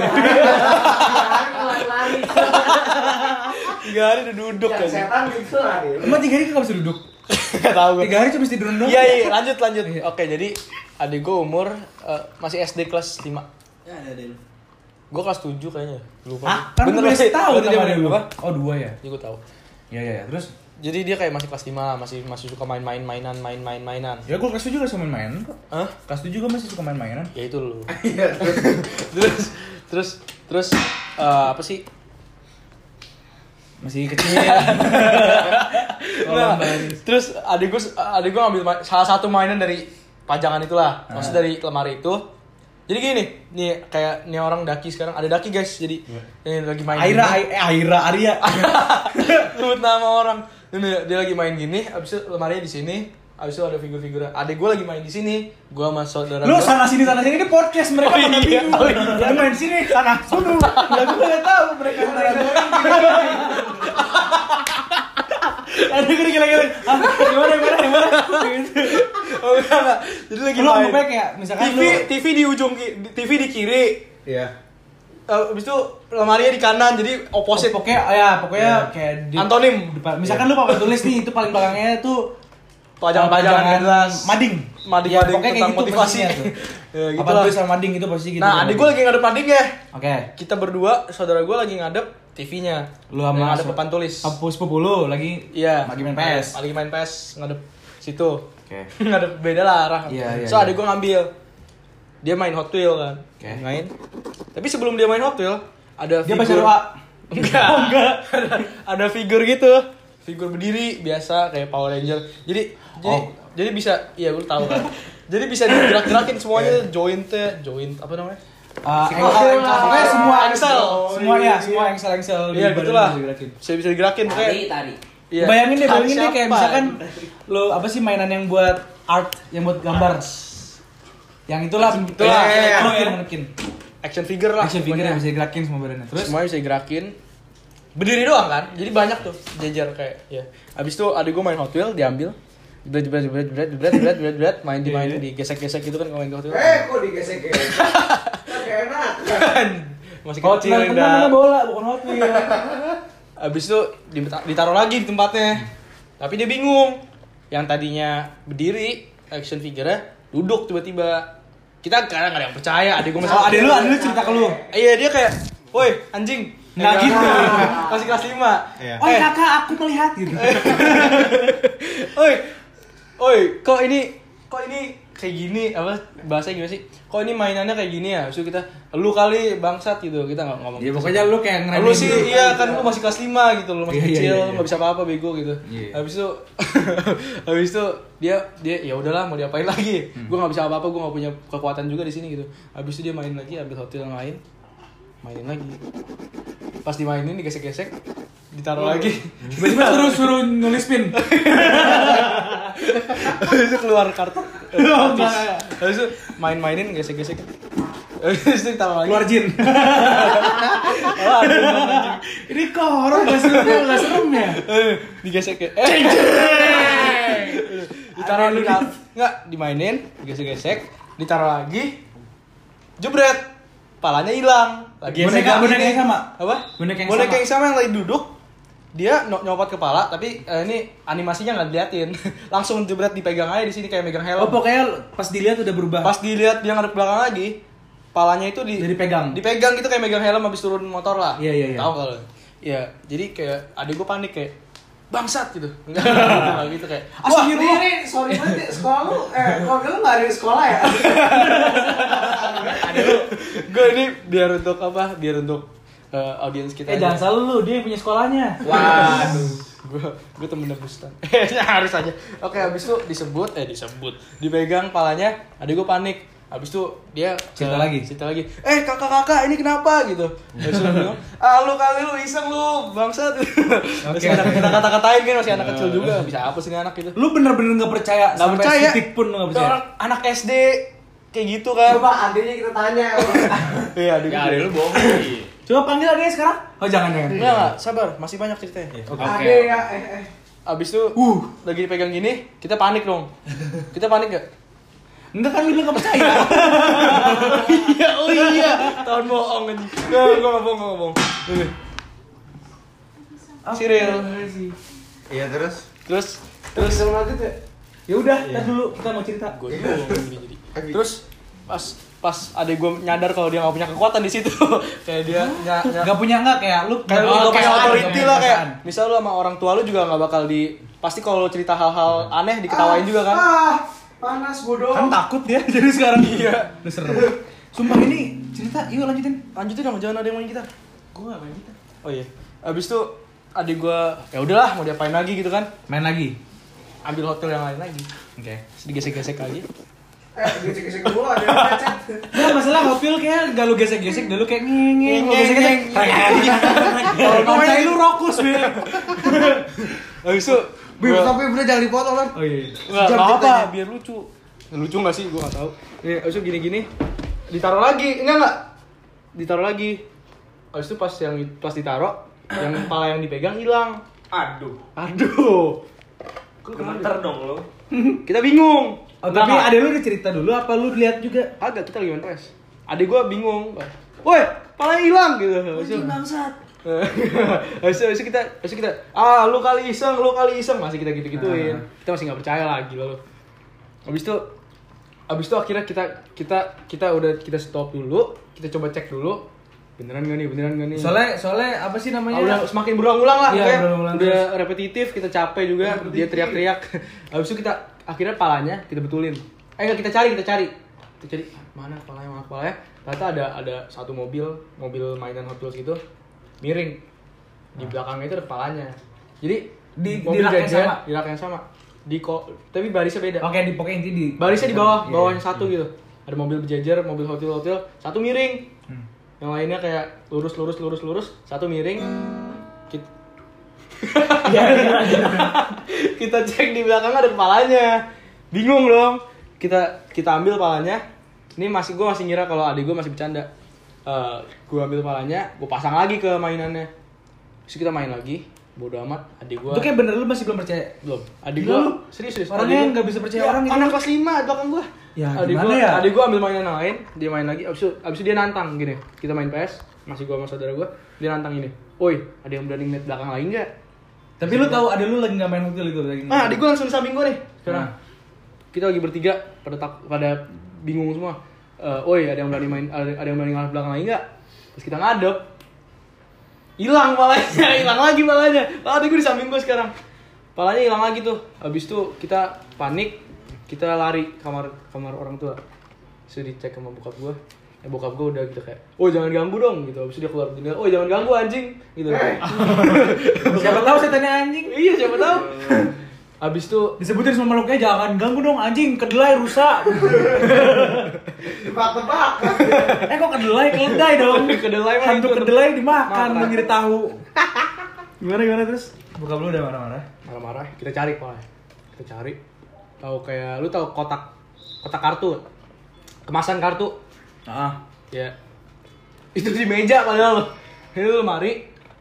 Lari. 3 hari udah duduk kan. Setan gitu lah. Emang 3 hari kan bisa duduk? Gak tau gue. 3 hari cuma tidur doang. Iya, lanjut. Oke, jadi adik gue umur masih SD kelas 5. Ya ada deh. Gue kelas 7 kayaknya. Lupa. Hah? Kan Bener udah sih. setahun Berarti dia sama bener dulu. apa? Oh 2 ya? Iya, gue tahu. Iya. Terus? Jadi dia kayak masih kelas 5, masih suka main-mainan. Ya gua kelas 7 juga suka main-mainan kok. Hah? Kelas 7 juga masih suka main-mainan. Ya itu lu. Iya. Terus apa sih? Masih kecil. Nah, terus adik gue ngambil salah satu mainan dari pajangan itulah, maksudnya dari lemari itu. Jadi gini, nih kayak nih orang daki sekarang ada daki guys, jadi ini lagi main. Arya. Sebut nama orang. Ini dia lagi main gini, abis itu lemarinya di sini, abis itu ada figur-figurnya. Adik gue lagi main di sini, gue sama saudara Lu gue. sana sini ini podcast mereka Oh, pada iya. bingung. Oh, iya. Lu main sini sana sono. Ya gua enggak tahu mereka antara ada gila. Gimana? Gitu. Oh enggak. Jadi lagi Lu main. ngepek ya, misalkan TV di ujung TV di kiri. Iya. Abis itu lemarinya di kanan, jadi opposite. Pokoknya kayak Antonim. depan. Misalkan lu papan tulis nih, itu paling belakangnya tuh Pajangan mading. Mading Ya, pokoknya kayak tentang gitu motivasi. posisinya tuh. Ya, gitu Papan lah. tulis sama mading itu posisi gitu. Nah, adik gue lagi ngadep madingnya. Oke. Kita berdua, saudara gue lagi ngadep TV-nya. Lu sama ngadep papan tulis. sepupu lu lagi Iya. lagi main PS. Lagi main PS, ngadep situ. Oke. Ngadep beda lah arah. Iya, So, iya. adik gue ngambil. Dia main Hot Wheel kan. Oke. Main. Tapi sebelum dia main Hot Wheel, ada Dia figur. pacar Wak. Enggak. ada figur gitu. Figur berdiri biasa kayak Power Ranger. Jadi bisa, iya gue tahu kan. Jadi bisa digerak-gerakin semuanya, joint apa namanya? Pokoknya semua Engsel. semua engsel Iya gitulah. Bisa digerakin pokoknya. Tari. Iya. Bayangin deh kayak Siapa? misalkan lo apa sih mainan yang buat art, yang buat gambar. Yang itulah manekin. Action figure lah. Action figure pokoknya. yang bisa digerakin semua badannya. Terus Semuanya bisa digerakin. Berdiri doang kan? Jadi banyak tuh jejer kayak ya. Habis itu adik gue main Hot Wheel, diambil. Jebret, main digesek-gesek gitu kan kalau main Hot Wheel. Kok digesek ya? Kayak enak. Masih Hot kecil Wheel udah. bola bukan Hot Wheel. Habis itu ditaruh lagi di tempatnya. Tapi dia bingung. Yang tadinya berdiri action figure-nya duduk tiba-tiba. Kita kadang nggak ada yang percaya. Adik gue Oh, ada lu cerita ke lu. Iya dia kayak, woi anjing. Nggak gitu. Masih kelas 5. Iya. Oh kakak aku melihat gitu. Oi, kok ini kayak gini apa bahasanya gimana sih? Kok ini mainannya kayak gini ya? Terus kita lu kali bangsat gitu. Kita enggak ngomong. Ya pokoknya lu kayak ngeremehin. Lu sih iya kan lu masih kelas 5 gitu, lu masih Iya, kecil, iya, lu iya. enggak bisa apa-apa bego gitu. Iya. Habis itu dia ya udahlah mau diapain lagi. Gua enggak bisa apa-apa, gua enggak punya kekuatan juga di sini gitu. Habis itu dia main lagi, ambil hotel yang lain. Mainin lagi. Pas dimainin digesek-gesek, ditaruh lagi. Tiba-tiba suruh nulis pin. Habis itu keluar kartu. Oh, enggak. Habis itu main-mainin gesek-gesek. Habis itu ditaruh lagi. Keluar jin. Oh, aduh, anjing. Ini kok horor enggak serem ya? Digesek ya. Ditaruh lagi. Enggak, dimainin, digesek-gesek, ditaruh lagi. Jebret. Palanya hilang. Lagi Boneka yang sama? Apa? Boneka yang sama yang lagi duduk. Dia nyopot kepala tapi ini animasinya nggak diliatin. Langsung jebret dipegang aja di sini kayak megang helm. Oh, pokoknya pas dilihat udah berubah. Pas dilihat dia ngadep belakang lagi, palanya itu Jadi dipegang. Dipegang gitu kayak megang helm habis turun motor lah. Iya, iya, iya. Tahu kalau. Iya, jadi kayak adik gue panik kayak bangsat gitu. Enggak gitu kayak. Astagfirullah. Ini sorry banget sekolah lu keluarga lu enggak ada di sekolah ya? Gue ini biar untuk apa? Biar untuk audiens kita. Jangan selalu lu, dia yang punya sekolahnya. Waduh. Gue temen Bustan. Harus aja. Oke, habis itu disebut. Dipegang palanya, adik gue panik. Habis itu dia cerita lagi. Kakak ini kenapa gitu. Terus dia bilang, lu kali lu iseng lu, bangsat. Masih kita kata-katain kan masih anak kecil juga. Bisa apa sih ini anak gitu? Lu bener-bener gak percaya. Nggak percaya. Sedetik pun lu gak percaya. Orang anak SD kayak gitu kan. Coba adiknya kita tanya. Iya, adik. Ya ada lu bohong sih. Coba panggil adiknya sekarang. Oh, jangan. Enggak, sabar, masih banyak ceritanya. Adek ya Abis itu lagi dipegang gini, kita panik dong. Kita panik gak? Enggak kan lu bilang gak percaya. Iya, tahun bohong anjing. Gue gak bohong. Siril. Iya terus. Terus sama lanjut ya? Ya udah, tar dulu kita mau cerita. gue jadi. Terus pas adek gue nyadar kalau dia gak punya kekuatan di situ. Kayak dia Gak punya kayak lu kayak lu gak punya perasaan, authority gak lah punya kayak. perasaan. Misal lu sama orang tua lu juga gak bakal pasti kalau lu cerita hal-hal aneh diketawain juga kan. Panas bodoh. Kan takut dia jadi sekarang. Iya. Lu serem. Sumpah ini cerita, yuk lanjutin. Lanjutin dong, jangan ada yang main gitar. Gua gak main gitar. Oh iya. Abis itu adik gua ya udahlah mau diapain lagi gitu kan. Main lagi. Ambil hotel yang lain lagi. Oke. Terus digesek-gesek lagi. Gesek-gesek dulu ada yang lecet. Nah, masalah hotel kayak gak lu gesek-gesek, lu kayak ngeng. Lu gesek-gesek. Kalau gua main lu rokus, Bil. Abis itu Tapi udah jangan dipotong kan. Oh iya. nggak Jam apa ceritanya. biar lucu. Lucu nggak sih? Gua nggak tahu. Nih, abis itu gini-gini ditaruh lagi. Enggak. Ditaruh lagi. Abis itu pas ditaruh yang kepala yang dipegang hilang. Aduh. Gemeter dong lo. Kita bingung. Oh, tapi adek lu udah cerita dulu apa lu lihat juga? Agak kita lagi main PS. Adek gua bingung. Woi, palanya hilang gitu. Habis itu Bangsat. habis itu kita lu kali iseng masih kita gitu-gituin. Kita masih nggak percaya lagi lo. Habis itu akhirnya kita udah stop dulu, kita coba cek dulu. Beneran gak nih? Soalnya apa sih namanya? Udah semakin berulang-ulang lah, Iya, kayak berulang-ulang udah repetitif, kita capek juga, dia teriak-teriak. Habis itu kita akhirnya palanya kita betulin. Kita cari. Mana palanya? Ternyata ada satu mobil mainan Hot Wheels gitu, miring. Di belakangnya itu ada kepalanya. Jadi Di mobil rak yang jajan, sama? di rak yang sama. Tapi barisnya beda. Oke, pokoknya inti di Barisnya di bawah, Iya, bawahnya satu gitu. Ada mobil berjejer, mobil hotel, satu miring. Yang lainnya kayak lurus, satu miring. Kita cek di belakang ada kepalanya. Bingung dong. Kita ambil palanya. Ini gue masih ngira kalau adik gue masih bercanda. Gue ambil palanya, gue pasang lagi ke mainannya. Terus kita main lagi. Bodo amat, adik gue. Itu kayak bener lu masih belum percaya? Belum. Adik Gila gue lu. serius. Orangnya nggak bisa percaya orang gitu. Anak kelas 5 di belakang gue. Ya, adik gimana gue, ya? adik gue ambil mainan yang lain, dia main lagi. Abis itu dia nantang gini. Kita main PS, masih gue sama saudara gue, dia nantang ini. Woi, ada yang berani ngeliat belakang lagi nggak? Tapi lu tahu ada lu lagi nggak main hotel itu lagi. Adik gue langsung di samping gue nih. Sekarang Nah. kita lagi bertiga pada bingung semua. Woi, ada yang berani main, ada yang berani ngeliat belakang lagi nggak? Terus kita ngadep, hilang palanya, hilang lagi palanya. Adik gue di samping gue sekarang. Palanya hilang lagi tuh. Habis itu kita panik. kita lari kamar orang tua. Terus dicek sama bokap gue. Bokap gue udah gitu kayak, oh jangan ganggu dong gitu. Habis itu dia keluar jendela, oh jangan ganggu anjing gitu. Siapa tahu setannya anjing. Iya siapa tahu. Habis itu Disebutin sama makhluknya jangan ganggu dong anjing, kedelai rusak. Tebak-tebak. Kok kedelai keledai dong. Kedelai mah Hantu itu. kedelai dimakan Makan. menjadi tahu. Gimana terus? Bokap lu udah marah-marah. marah-marah, kita cari pokoknya. Kita cari. Tahu kayak lu tahu kotak kartu? Kemasan kartu. Ah, Ya. Itu di meja padahal. Ini lemari.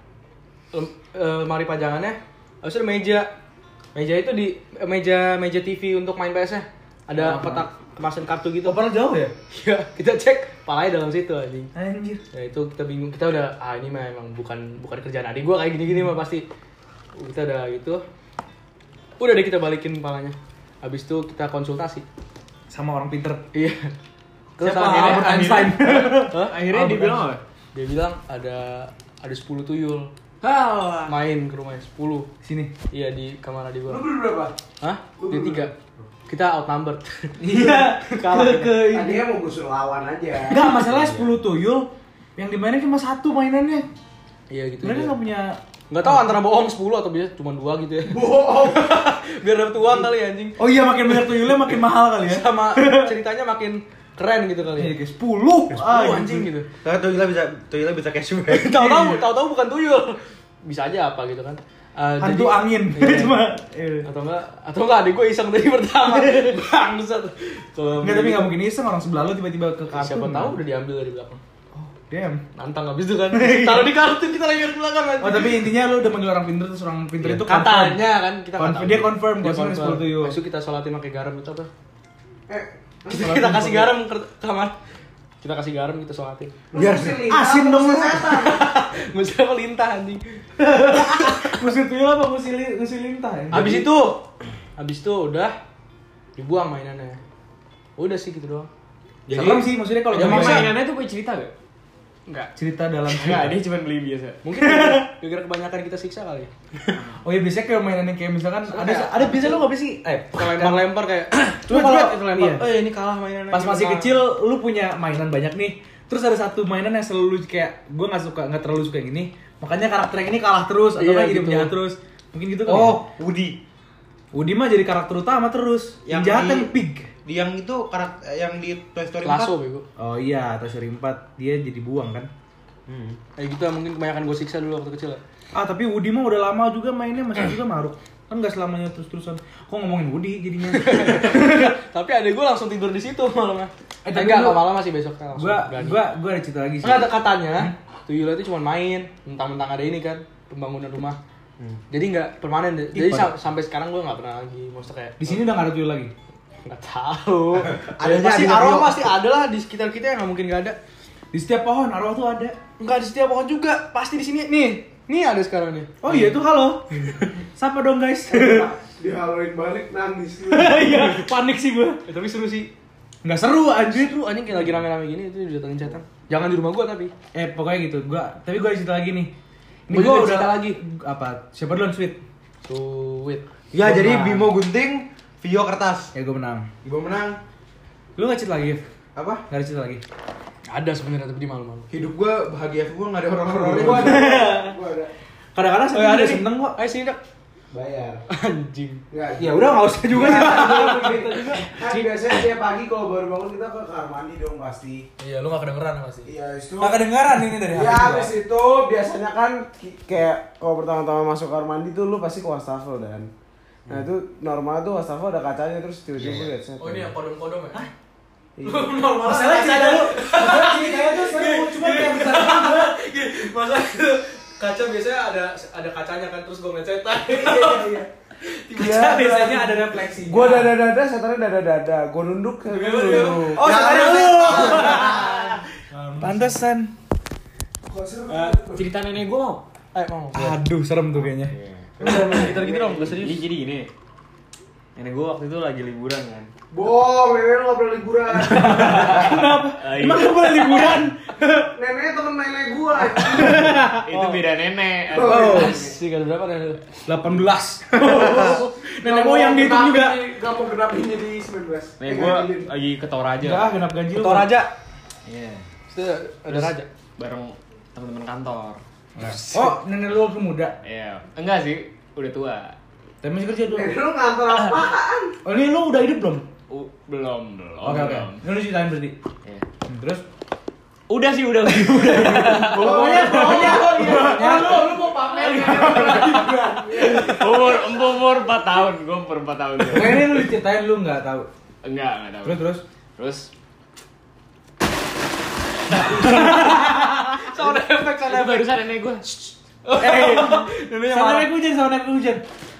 Lemari pajangannya. Habis itu meja. Meja itu di meja TV untuk main PS-nya. Ada kotak kemasan kartu gitu. padahal jauh ya? Iya, kita cek palanya dalam situ anjing. Anjir. Ya itu kita bingung. Kita udah ini mah emang bukan kerjaan adik gua kayak gini-gini mah pasti. Kita udah gitu. Udah deh kita balikin palanya. Habis itu kita konsultasi. Sama orang pinter. Iya. Terus Siapa? akhirnya Albert Einstein. Hah? Akhirnya dia bilang apa? Dia bilang ada 10 tuyul Halah. main ke rumahnya 10. Sini. Iya di kamar adik Lu gua. berapa? Hah? Dia 3. Kita outnumbered. Iya. Kalah. ke ini. Tadinya mau gue suruh lawan aja. Enggak, masalahnya 10 tuyul yang dimainin cuma satu mainannya. Iya gitu. Mereka enggak punya Enggak tahu antara bohong 10 atau biasa cuma 2 gitu ya. Bohong. Biar dapet uang kali ya, anjing. Oh iya, makin banyak tuyulnya makin mahal kali ya. Sama ceritanya makin keren gitu kali ya. Iya, 10. Anjing gitu. Tapi tuyulnya bisa cashback. Tahu-tahu bukan tuyul. Bisa aja apa gitu kan. Hantu Jadi- angin. Iya. Cuma iya. atau enggak adik gue iseng dari pertama. Bangsat. Kalau Enggak, tapi enggak mungkin iseng orang sebelah lu tiba-tiba ke kartu. siapa tahu udah diambil dari belakang. Damn. Nantang habis itu kan. Taruh di kartu kita lagi di belakang kan. Oh, tapi intinya lu udah manggil orang pinter terus orang pinter itu katanya kan kita nggak tahu. Dia confirm Dia gua confirm. 10 tuyul. Besok kita sholatin pakai garam itu apa? Eh, Kita kasih garam ke kamar. Kita kasih garam kita sholatin. biar asin dong lu. setan. Mesti apa lintah anjing. Musuh tuyul apa musuh lintah ya? Habis itu udah dibuang mainannya. Udah sih gitu doang. Serem sih maksudnya kalau Emang gua mainannya tuh punya cerita gak? Enggak. cerita dalam Enggak, cerita. dia cuma beli biasa. Mungkin gara-gara kebanyakan kita siksa kali. Oh iya, biasanya kayak mainan yang kayak misalkan ada biasa lu enggak sih? Kita lempar-lempar kayak Cuma kalau kita lempar. iya. Ini kalah mainannya. Pas ini masih kalah. kecil lu punya mainan banyak nih. Terus ada satu mainan yang selalu kayak gue nggak terlalu suka yang ini. Makanya karakter yang ini kalah terus atau Iya, nggak jadi gitu. penjahat terus. Mungkin gitu kan. Oh, Woody. Woody mah jadi karakter utama terus. Yang jahat di- yang pig. Yang itu karakter yang di Toy Story 4. Lasso bego. Oh iya, Toy Story 4 dia jadi buang kan. Kayak gitu mungkin kebanyakan gue siksa dulu waktu kecil. Ah, tapi Woody mah udah lama juga mainnya masih juga maruk. Kan nggak selamanya terus-terusan. Kok ngomongin Woody jadinya? Tapi adek gue langsung tidur di situ malam. Tapi Enggak, lu- malam masih besok kan langsung. berani. Gua ada cerita lagi sih. Enggak ada katanya. Tuyul itu cuma main, mentang-mentang ada ini kan, pembangunan rumah. Jadi nggak permanen deh. Jadi sampai sekarang gue nggak pernah lagi, maksudnya kayak Di sini udah nggak ada tuyul lagi. nggak tahu. Adanya Pasti ada arwah Tio. pasti ada lah di sekitar kita yang nggak mungkin nggak ada. Di setiap pohon arwah tuh ada. Enggak di setiap pohon juga, pasti di sini. Nih ada sekarang nih. Oh iya tuh halo. Sapa dong guys. Dihaloin balik nangis lu. Iya, panik sih gua. Tapi seru sih. Nggak seru anjir. Seru anjing kayak lagi rame-rame gini itu didatengin setan. Jangan di rumah gua tapi. Pokoknya gitu. Tapi gua ada cerita lagi nih. Gua juga ada cerita lagi. Apa? Siapa duluan sweet? Sweet. Ya, Gua jadi menang. Bimo gunting, Vio kertas. Ya gua menang. Bimo menang. Lu nggak cerita lagi? Yif? Apa? Nggak ada cerita lagi. Ada sebenarnya tapi di malu-malu. Hidup gua bahagia semua, enggak ada orang-orang. Gua ada. Gua ada. Kadang-kadang saya ada juga nih. seneng kok. Ayo sini dak. Bayar. Anjing. Enggak. Ya udah nggak usah juga sih. Gitu juga. Kan biasanya tiap pagi kalau baru bangun kita ke kamar mandi dong pasti. Iya, lu gak kedengeran pasti. Iya, itu. Nggak kedengaran ini dari Ya habis itu biasanya kan kayak kalau pertama-tama masuk kamar mandi tuh lu pasti ke wastafel dan. Nah itu normal tuh wastafel ada kacanya terus tiba-tiba lihat setan. Oh ini yang kodom-kodom ya? Iya. Normal. Masalah cerita lu. Masalah ceritanya tuh seru, cuma kayak bentar juga. Masa itu kaca biasanya ada kacanya kan terus gue ngeliat setan. Iya. Iya, biasanya ada refleksi. Gua dada-dada, setannya dada-dada. Gua nunduk, setannya nunduk. Oh, setannya lu. Pantesan. Kok seru? Cerita nenek gue mau. Ayo mau. Aduh, serem tuh kayaknya. Kita gitu dong, gak serius. Jadi gini. Nenek gue waktu itu lagi liburan kan. Bohong, nenek lu gak pernah liburan. Kenapa? Emang lu boleh liburan? Neneknya temen nenek gua. Itu beda nenek. Oh. Sih, gak ada berapa nih? 18. Nenek moyang dihitung juga. Gak mau genapin jadi 19. Nih gue lagi ke Toraja. Enggak, genap ganjil. Ketua raja. Iya. Itu ada raja. Bareng teman-teman kantor. Oh, nenek lu waktu muda. Iya. Enggak sih, udah tua. Tapi masih kerja dulu. Lu ngantor apaan? Oh, ini lu udah hidup belum? Belum. Oke. Ini lu ceritain berarti. Iya. Terus Udah sih, udah. pokoknya Lu mau pamer Umur 4 tahun, gue umur 4 tahun. pokoknya ini lu ceritain lu enggak tahu. Enggak tahu. Terus Sound effect Itu barusan nenek gue. neneknya sama marah. naik hujan, sama naik hujan.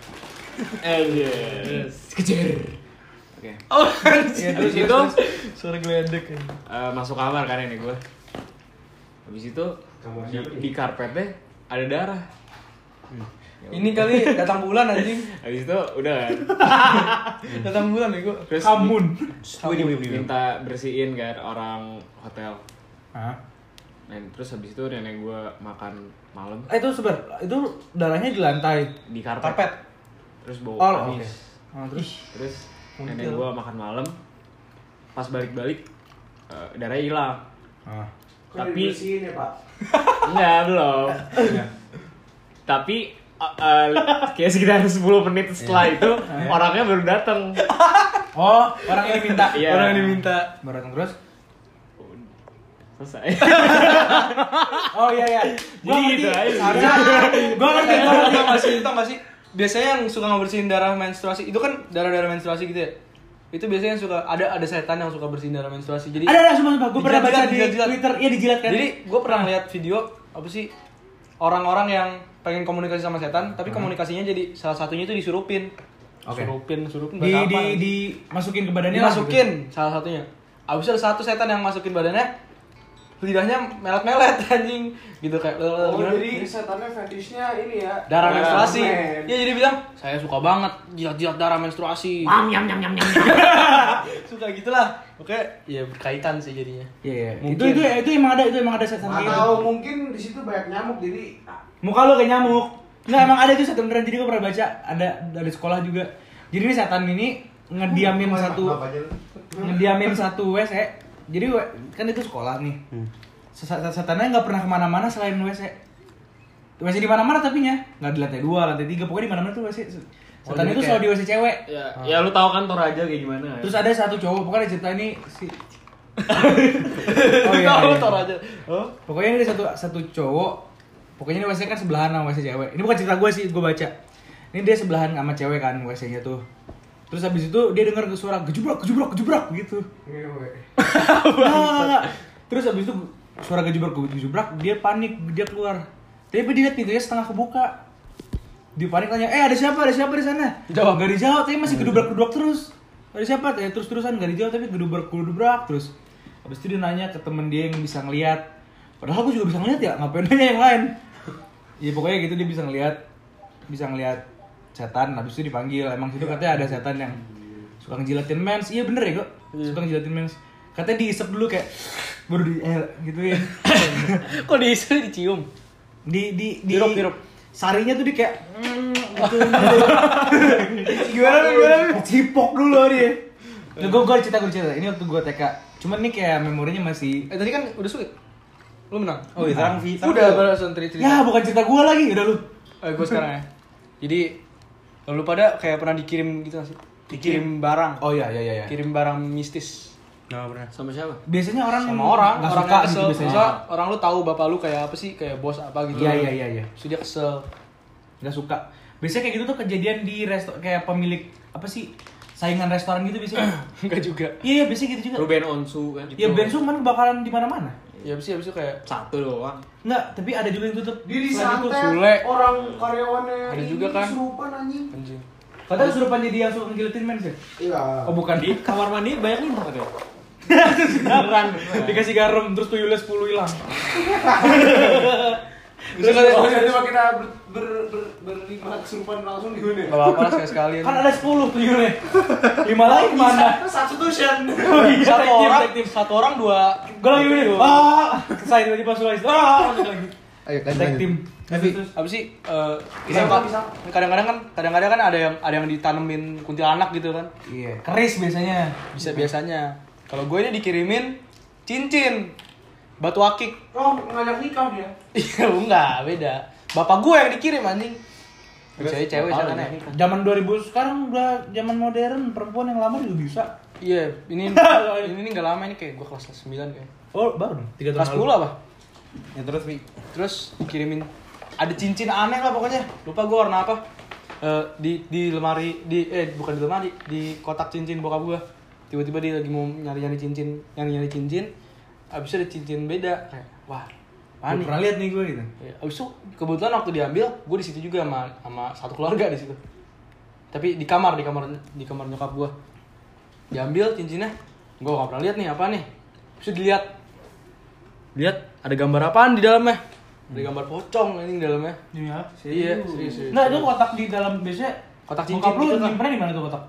Yes. Kejar. Oke. Oh, Ya, Habis itu suara geledek. masuk kamar kan nenek gue. Habis itu di karpetnya ada darah. Ini kali datang bulan anjing. Habis itu udah kan. Datang bulan nih gua. Terus Kamun. minta bersihin kan orang hotel. Hah? Nah, terus habis itu nenek gue makan malam Itu sebentar, itu darahnya di lantai. di karpet. Karpet. Terus bau Oh, amis. Terus nenek gue makan malam. Pas balik-balik darahnya hilang. Tapi ya, Pak. enggak, belum. Tapi kayak sekitar 10 menit setelah itu orangnya baru datang. Oh, orang yang diminta. Iya. Orang yang diminta. Baru datang terus. Selesai. Oh iya. Jadi gitu aja. Gua ngerti. Tau gak sih? Biasanya yang suka ngebersihin darah menstruasi itu kan darah-darah menstruasi gitu ya. Itu biasanya yang suka ada setan yang suka bersihin darah menstruasi. Jadi Ada sumpah. Gua pernah baca di dijilat. Twitter, iya dijilat kan. Jadi gue pernah lihat video apa sih orang-orang yang pengen komunikasi sama setan, tapi komunikasinya jadi salah satunya itu disurupin. Oke. Surupin bahasa apa? Dimasukin ke badannya lah, Dimasukin salah satunya. Abis ada satu setan yang masukin badannya, lidahnya melet-melet anjing gitu kayak Oh, gimana? jadi setannya fetishnya ini ya. Darah menstruasi. Men. Iya jadi bilang, saya suka banget jilat-jilat darah menstruasi. Nyam. Suka gitulah. Oke, ya berkaitan sih jadinya. Iya. Mungkin. Itu emang ada setan kayak gitu. Atau mungkin di situ banyak nyamuk jadi Muka lu kayak nyamuk. Enggak, emang ada itu setan beneran. Jadi gua pernah baca, ada dari sekolah juga. Jadi ini setan ini ngediamin satu WC. Jadi kan itu sekolah nih. Setannya nggak pernah kemana-mana selain WC. WC di mana-mana tapi nggak di lantai 2, lantai 3, pokoknya di mana-mana tuh WC. Setan itu selalu di WC cewek. Ya lu tahu kan Toraja kayak gimana. Terus ada satu cowok, pokoknya cerita ini si Tahu tor aja. Oh. Pokoknya ini ada satu cowok. Pokoknya ini WC kan sebelahan sama WC cewek. Ini bukan cerita gue sih, gue baca. Ini dia sebelahan sama cewek kan WC-nya tuh. Terus habis itu dia dengar suara gejubrak gitu. Nggak. Terus habis itu suara gejubrak, dia panik, dia keluar. Tapi dia lihat pintunya setengah kebuka. Dia panik tanya, ada siapa di sana? Jawab. Gak dijawab, tapi masih gedubrak terus. Ada siapa? Terus-terusan gak dijawab, tapi gedubrak terus. Habis itu dia nanya ke temen dia yang bisa ngeliat. Padahal aku juga bisa ngeliat ya, ngapain nanya yang lain? Ya pokoknya gitu dia bisa ngeliat setan. Habis itu dipanggil, emang situ katanya ada setan yang suka ngejilatin mens. Iya bener ya kok, suka ngejilatin mens. Katanya diisep dulu kayak baru gituin. Kok diisi dicium? Dirup. Sarinya tuh dia kayak gitu. Gimana? Cipok dulu dia. Gue cerita. Ini waktu gue TK. Cuman nih kayak memorinya masih. Tadi kan udah sweet. Lu menang. Oh iya, sekarang Vita. Udah barusan cerita. Ya bukan cerita gue lagi, udah lu. Gue sekarang ya. Jadi lu pada kayak pernah dikirim gitu gak sih? Dikirim barang. Oh iya. Kirim barang mistis. Nggak pernah. Sama siapa? Biasanya orang Sama orang nggak yang suka kesel. gitu biasanya. Misal orang lu tahu bapak lu kayak apa sih? Kayak bos apa gitu. Iya. Terus dia kesel. Nggak suka. Biasanya kayak gitu tuh kejadian di kayak pemilik apa sih? Saingan restoran gitu biasanya. Enggak juga. Iya, biasanya gitu juga. Ruben Onsu kan. Ya Bensu kan bakalan di mana-mana. Ya abis itu kayak Satu doang. Enggak, tapi ada juga yang tutup. dia Selain itu, disantet Sule. orang karyawannya Ada ini juga kan? kesurupan anjing. anjing. Katanya surupan jadi yang suka ngeliatin mens ya? Iya. Oh bukan. Di kamar mandi banyak nih katanya. Beneran. Dikasih garam terus tuyulnya 10 hilang. Terus kalau jadi kita berlima kesurupan langsung di mana? Enggak apa-apa lah sekali-sekali. Kan ada 10 tuyulnya. 5 lagi mana? Satu tuition. Satu orang dua. Gue lagi gini. Saya tiba-tiba Sulawesi. Masuk lagi. Ayo tag team. Terus Apa sih? Kadang-kadang kan ada yang ditanemin kuntilanak gitu kan. iya, keris biasanya. Biasanya. Kalau gue ini dikirimin cincin batu akik. Oh, ngajak nikah dia. Iya, enggak, beda. Bapak gue yang dikirim anjing. Biasanya cewek Apaan sana. ya? Zaman 2000 sekarang udah zaman modern, perempuan yang lama juga bisa. Iya, ini enggak lama, ini kayak gue kelas 9 kayak. Oh, baru dong. 3 tahun Kelas 10 apa? Ya terus Wi. Terus dikirimin ada cincin aneh lah pokoknya. Lupa gue warna apa. Di lemari bukan di lemari, di kotak cincin bokap gue. Tiba-tiba dia lagi mau nyari cincin. Abis itu ada cincin beda kayak wah, Gua pernah lihat nih gue gitu. Ya, abis itu kebetulan waktu diambil, gue di situ juga sama satu keluarga di situ. Tapi di kamar nyokap gue. Diambil cincinnya, gue gak pernah lihat nih apa nih. Abis itu lihat ada gambar apaan di dalamnya? Ada gambar pocong ini di dalamnya. Iya. Iya, serius. Nah, itu kotak di dalam biasanya Kotak cincin bokap lu gitu kan. nyimpennya di mana tuh kotak?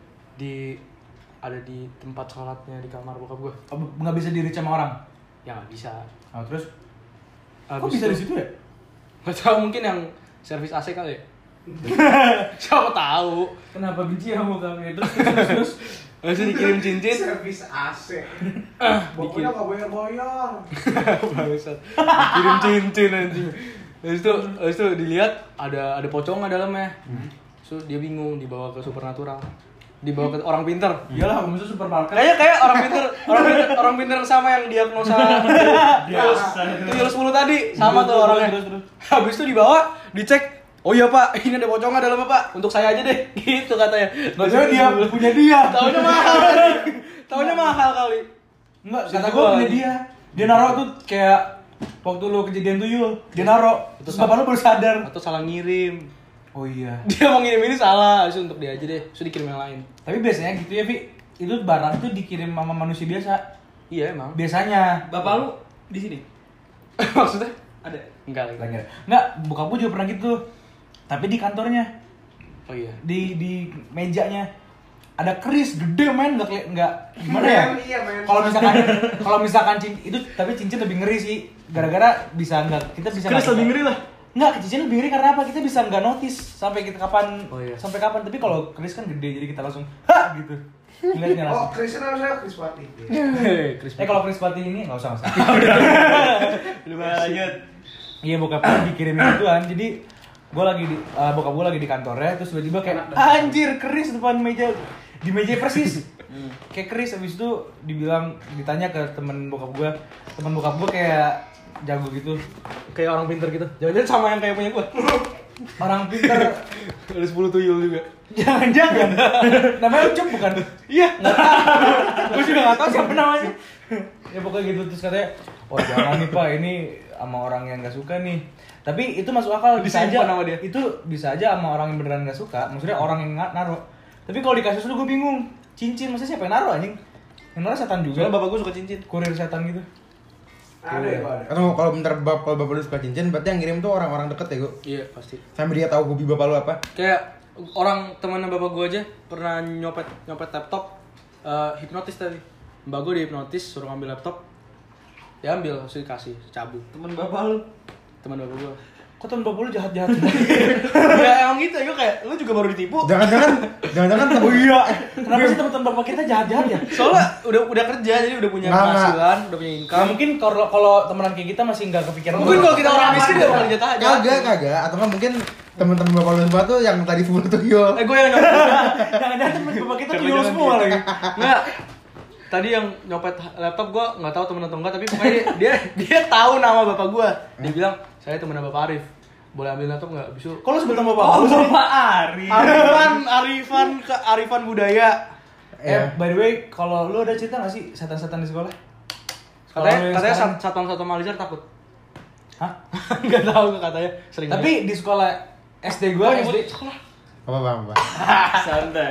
Ada di tempat sholatnya di kamar bokap gue. Nggak bisa di reach sama orang. Ya nggak bisa. Oh, terus kok Abis bisa itu- di situ ya? Gak tau, mungkin yang servis AC kali ya. Siapa tahu. Kenapa benci sama kami? Terus Habis itu dikirim cincin. Servis AC. Pokoknya nggak bayar-bayar. Bangsat. Dikirim cincin anjing. Habis itu dilihat ada pocong dalamnya. So dia bingung, dibawa ke supernatural. Dibawa ke orang pinter. iyalah, maksudnya supermarket. Kayak orang pinter sama yang diagnosa tuyul 10 tadi sama tuh orangnya. Habis itu dibawa, dicek. Oh iya Pak, ini ada pocongnya dalamnya Pak. Untuk saya aja deh. Gitu katanya. Maksudnya dia punya dia. Taunya mahal. Taunya mahal kali. Enggak, Kata kata gua gue punya dia. Dia naruh tuh kayak waktu lu kejadian tuyul, dia naruh. Terus bapak lu baru sadar. Atau salah ngirim. Oh iya. Dia mau ngirim ini salah, habis itu untuk dia aja deh. Terus dikirim yang lain. Tapi biasanya gitu ya, Vi. Itu barang tuh dikirim sama manusia biasa. Iya emang. Biasanya. Bapak lu di sini? Maksudnya? Ada. Enggak lagi. Enggak, bokap gue juga pernah gitu. Tapi di kantornya, Oh iya. di mejanya ada keris gede men, nggak gimana ya? Iya, men. Kalau misalkan itu tapi cincin lebih ngeri sih, gara-gara kita bisa Keris lebih ngeri lah. Nggak, cincin lebih ngeri karena apa? Kita bisa nggak notice sampai kita kapan. Oh, iya. Sampai kapan? Tapi kalau keris kan gede, jadi kita langsung ha gitu. Ngeliatnya Oh, langsung. Krisnya namanya Kris Pati. Kalau keris pati ini nggak usah. Lanjut. Iya, bokap gue dikirimin gituan. Jadi bokap gue lagi di kantornya, terus tiba-tiba kayak anjir keris depan meja, di meja persis. Kayak keris, habis itu ditanya ke temen bokap gue kayak jago gitu. Kayak orang pinter gitu. Jangan-jangan sama yang kayak punya gua. Orang pinter. Ada 10 tuyul juga. Jangan-jangan namanya Ucup bukan? Iya. Gue juga nggak tahu siapa namanya. Ya pokoknya gitu, terus katanya, oh jangan nih Pak, ini sama orang yang nggak suka nih. Tapi itu masuk akal, bisa aja Disimpan sama dia. Itu bisa aja sama orang yang beneran nggak suka. Maksudnya orang yang naruh. Tapi kalau dikasih dulu gue bingung. Cincin maksudnya siapa yang naruh anjing? Yang naruh setan juga. Soalnya bapak gua suka cincin. Kurir setan gitu. Ada ya, Pak, ada. Atau kalau bapak lu suka cincin, berarti yang ngirim tuh orang-orang deket ya, Gu? Iya, pasti. Sampai dia tahu hobi bapak lu apa? Kayak orang temannya bapak gua aja pernah nyopet laptop hipnotis tadi. Mbak gua dihipnotis suruh ngambil laptop. Diambil, terus dikasih, cabut. Temen bapak lu. Teman bapak gua. Kok temen bapak lu jahat-jahat? Ya emang gitu, gue kayak lu juga baru ditipu. Jangan-jangan Oh iya. Kenapa sih teman-teman bapak kita jahat-jahat ya? Soalnya udah kerja jadi udah punya Nggak. penghasilan, udah punya Nah, income. mungkin kalau temenan kayak kita masih nggak kepikiran. Mungkin kalau kita orang miskin gak bakal jatah aja. kagak atau nggak mungkin teman-teman bapak lu semua tuh yang tadi 10 tuyul. Gue yang nyopet. Jangan-jangan temen bapak kita tuyul semua lagi. Nggak. Tadi yang nyopet laptop gue nggak tahu temen atau enggak, tapi pokoknya dia tahu nama bapak gue. Dia bilang saya temen bapak Arif. Boleh ambil laptop nggak? Bisa. Kok lu sebut nama bapak lu? Bapak Ari. Arifan budaya. By the way, kalau lu ada cerita nggak sih setan-setan di sekolah? Katanya satuan Malizar takut. Hah? Nggak tahu katanya sering. Tapi di sekolah SD gua, SD Apa? Santai.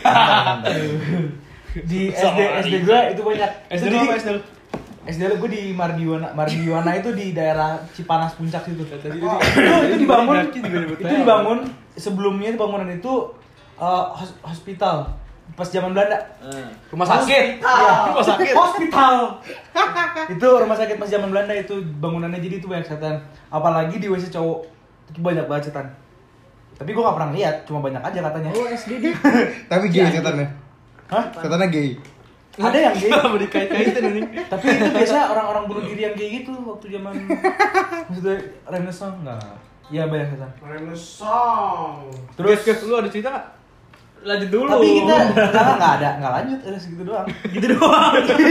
di SD gua itu banyak. SD Itu lu di- apa SD lu? SD lu gua di Mardiwana itu di daerah Cipanas Puncak situ. Itu dibangun sebelumnya bangunan itu hospital. pas zaman Belanda. Rumah sakit. Rumah sakit. Hospital. Itu rumah sakit pas zaman Belanda itu bangunannya jadi itu banyak setan. Apalagi di WC cowok itu banyak banget setan. Tapi gue gak pernah lihat, cuma banyak aja katanya. Oh, SD dia. Tapi gay setannya. Hah? Setannya gay. Ada yang gay. Apa dikait-kaitin ini? Tapi itu biasa orang-orang bunuh diri yang kayak gitu waktu zaman maksudnya Renaissance enggak. Iya banyak setan. Renaissance. Terus lu ada cerita enggak? Lanjut dulu. tapi kita enggak lanjut, udah segitu doang. Gitu doang.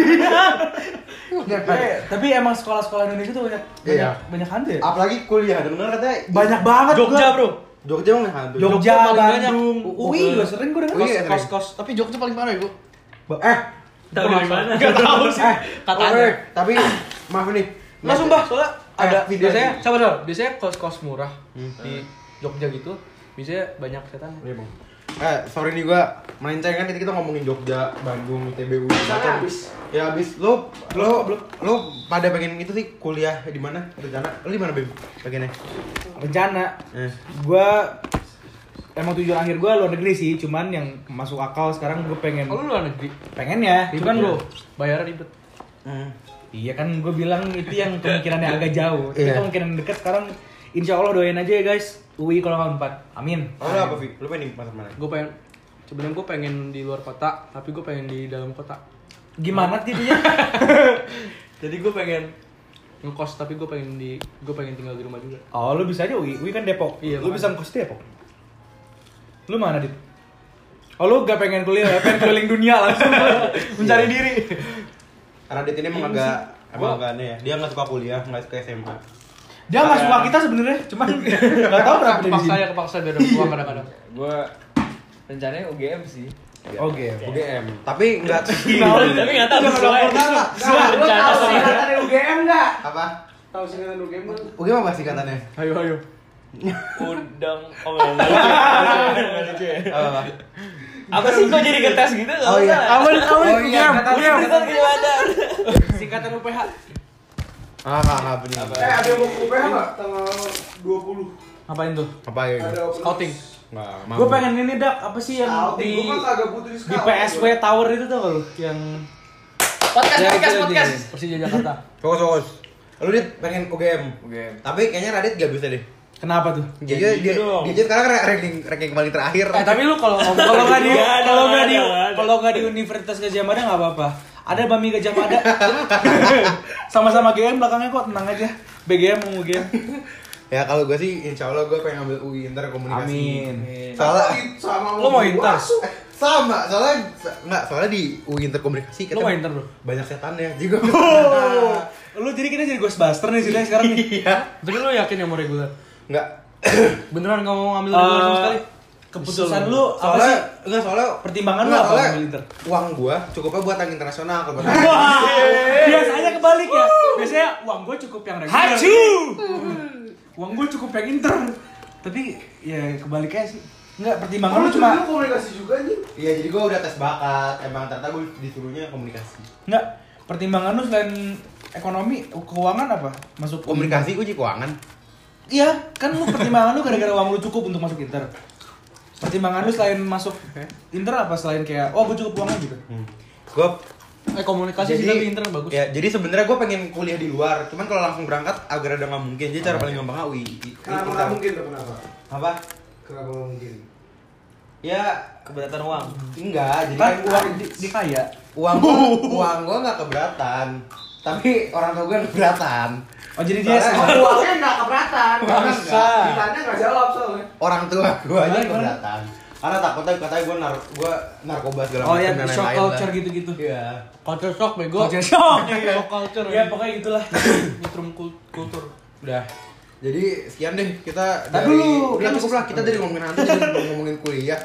Tapi emang sekolah-sekolah Indonesia tuh banyak hantu ya? Apalagi kuliah, denger katanya Banyak banget Jogja, gua. Bro. Jogja emang hantu. Jogja, paling banyak. Bandung. UI juga sering gua denger. Iya, Kos-kos, tapi Jogja paling parah ya, gua. Tahu dari mana? Enggak tahu sih. Katanya. Tapi maaf nih. Nggak sumpah, soalnya ada video biasanya, ini. sabar. Biasanya kos-kos murah di Jogja gitu, biasanya banyak setan. Iya, Bang. Sorry nih gua melenceng kan kita ngomongin Jogja, Bandung, TBU. Misalnya habis. Ya habis lo pada pengen itu sih kuliah di mana rencana? Lo di mana, Bim? Pengennya? Rencana gua emang tujuan akhir gua luar negeri sih, cuman yang masuk akal sekarang gua pengen Kalau lu luar negeri, pengen ya, ribet cuman bro, bayarnya ribet. iya kan gue bilang itu yang kemungkinannya agak jauh. Tapi Iya. kemungkinan dekat sekarang insya Allah doain aja ya guys. UI kalau nggak 4, amin. Oh, lo apa, Vi? Lo pengen masuk mana? Gue pengen, sebenarnya gue pengen di luar kota, tapi gue pengen di dalam kota. Gimana jadinya? Jadi gue pengen ngekos, tapi gue pengen tinggal di rumah juga. Oh lu bisa aja UI kan Depok. Iya, Lu makanya. bisa ngekos di Depok. Lu mana Dit? Oh lu gak pengen kuliah, pengen keliling dunia langsung mencari diri. Karena Dit ini emang agak aneh ya. Dia nggak suka kuliah, nggak suka SMA. Dia nggak suka kita sebenarnya, cuman nggak tahu kenapa dia di sini. Kepaksa biar dapat uang kadang-kadang. Gue rencananya UGM sih. Oke. UGM. Tapi nggak. Tapi nggak tahu sesuai. Sesuai Lu rencana tahu sih. singkatan UGM enggak? Apa? Tahu singkatan UGM kan? UGM apa singkatannya? Ayo. Udang. Oh nggak lucu ya. Apa? Apa sih kok jadi ngetes gitu? Nggak Oh iya. usah. UGM. Kita gimana? Singkatan UPH. Nggak bener. Ada yang mau ke UPH nggak? Tanggal 20. Ngapain tuh? Apa ya? Ada open Scouting. Nggak mau. Gue pengen ini dak apa sih yang Scouting. di Gua kan kagak butuh di di scouting. PSW Tower itu tuh lu yang Podcast. Persija Jakarta. Fokus. Lu Dit pengen UGM. Tapi kayaknya Radit nggak bisa deh. kenapa tuh? Dia sekarang ranking paling terakhir. Tapi lu kalau Kalau nggak di Nggak ada. kalau nggak di Universitas Gajah Mada nggak apa-apa. Ada Bami Gajah Mada. Sama-sama GM belakangnya kok, tenang aja. BGM mau UGM. Ya kalau gue sih insya Allah gue pengen ambil UI Inter Komunikasi. Amin. Soalnya Sama Lu mau Inter? sama, soalnya di UI Inter Komunikasi Lu mau Inter, Bro? banyak setannya. Jadi gue Lu jadi kita jadi Ghostbuster nih ceritanya sekarang nih. iya. Tapi lu yakin yang mau reguler? Enggak. Beneran gak mau ngambil reguler sama sekali? Keputusan lu apa Soalnya sih? soalnya Pertimbangan lu enggak, apa soalnya ambil Inter? uang gua cukupnya buat yang internasional kalau buat Wah, biasanya kebalik ya. Biasanya uang gue cukup yang reguler. Uang gue cukup yang Inter. Tapi ya kebaliknya sih. Enggak, pertimbangan lu cuma komunikasi juga nih. Iya, jadi gua udah tes bakat. Emang ternyata gua disuruhnya komunikasi. enggak. Pertimbangan lu selain ekonomi, keuangan apa? Masuk Komunikasi gua jadi keuangan. Iya, kan lu pertimbangan lu gara-gara uang lu cukup untuk masuk Inter. Pertimbangan lu selain masuk Inter apa selain kayak gue cukup uangnya gitu. Gua Komunikasi sih tapi Inter bagus. Ya, jadi sebenarnya gue pengen kuliah di luar, cuman kalau langsung berangkat agak ada nggak mungkin. Jadi cara paling gampangnya UI. Kenapa nggak mungkin tuh kenapa? Apa? Kenapa nggak mungkin? Ya Keberatan uang. enggak, jadi Kan kan uang di kaya. uang gua nggak keberatan, tapi orang tua gue keberatan. Oh jadi dia Soalnya- Uangnya nggak keberatan. Bangsa. Ditanya nggak jawab soalnya. Orang tua gue aja Gimana? keberatan. Karena takutnya katanya gue narkoba segala Oh ya, dan shock lain-lain culture lah. gitu-gitu. Iya. Culture shock bego. Culture shock. Shock culture. Ya pokoknya gitulah. Nyetrum kultur. Udah. Jadi sekian deh kita Tapi dari lu- udah lu- cukup lah kita dari ngomongin hantu jadi ngomongin kuliah.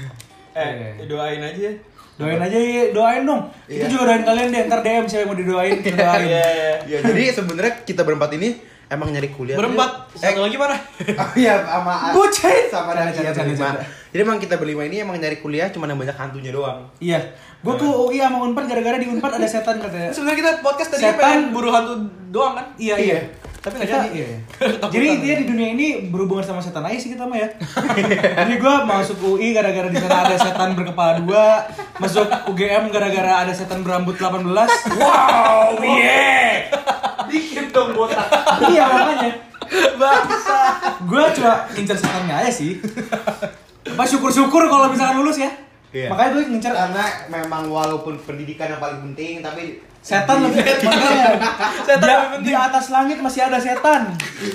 Doain aja. Doain aja ya, doain dong. Kita Iya. juga doain kalian deh, ntar DM siapa yang mau didoain, kita doain. Iya, jadi sebenarnya kita berempat ini emang nyari kuliah. Berempat. Satu lagi mana? Oh iya, sama Bucin. sama Canda, Nadia canda, berlima. canda. Jadi emang kita berlima ini emang nyari kuliah cuman yang banyak hantunya doang. Iya. Gue ke UI sama Unpad gara-gara di Unpad ada setan katanya. Sebenarnya kita podcast tadi Setan. pengen buru hantu doang kan? Iya, iya. Tapi nggak Kita, jadi. iya. Jadi intinya di dunia ini berhubungan sama setan aja sih kita mah ya. Jadi gue masuk UI gara-gara di sana ada setan berkepala 2, masuk UGM gara-gara ada setan berambut 18. Wow, yeah. Dikit dong botak. Iya makanya. Bangsa. Gue cuma ngincer setannya aja sih. Apa syukur-syukur kalau misalkan lulus ya. Iya. Makanya gue ngincer Karena memang walaupun pendidikan yang paling penting, tapi setan lebih makanya. Setan di atas langit masih ada setan.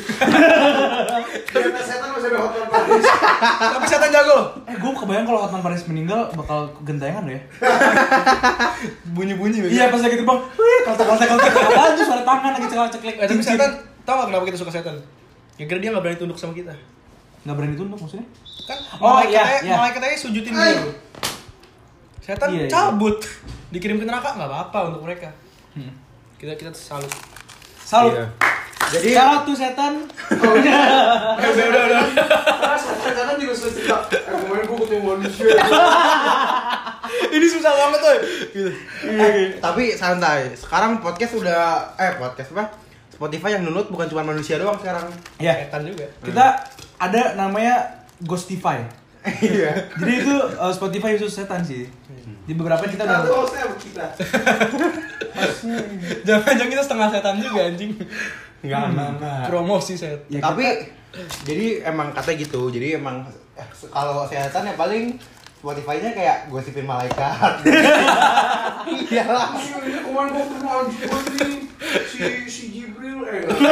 Ternyata setan masih ada Hotman Paris. Tapi setan jago loh. Gue kebayang kalau Hotman Paris meninggal bakal gentayangan ya. Bunyi-bunyi. Iya pas lagi gitu bang, kaltek apaan tuh suara tangan lagi ceklik. Tapi setan, tau gak kenapa kita suka setan? Ya kira dia gak berani tunduk sama kita. Nggak berani tunduk maksudnya? Kan Oh, iya. malaikatnya sujudin dulu. Setan Iya, iya. cabut. Dikirim ke neraka nggak apa-apa untuk mereka. Kita salut. Salut. Iya. Jadi Salut tuh setan. Udah. Karena setan juga sudah cerita. Kemarin gue ketemu manusia. Ini susah banget tuh. Gitu. tapi santai. Sekarang podcast udah podcast apa? Spotify yang download bukan cuma manusia doang sekarang. Ya, Setan juga. kita ada namanya Ghostify. Iya. Jadi itu Spotify khusus setan sih. Di beberapa kita Kita tuh udah. hostnya kita. Jangan-jangan kita setengah setan juga anjing. Enggak. Promosi set. Ya, Tapi jadi emang katanya gitu. Jadi emang kalau setan ya paling Spotify-nya kayak gosipin malaikat. Iyalah. Ini kemarin gue ketemu anjing si Jibril.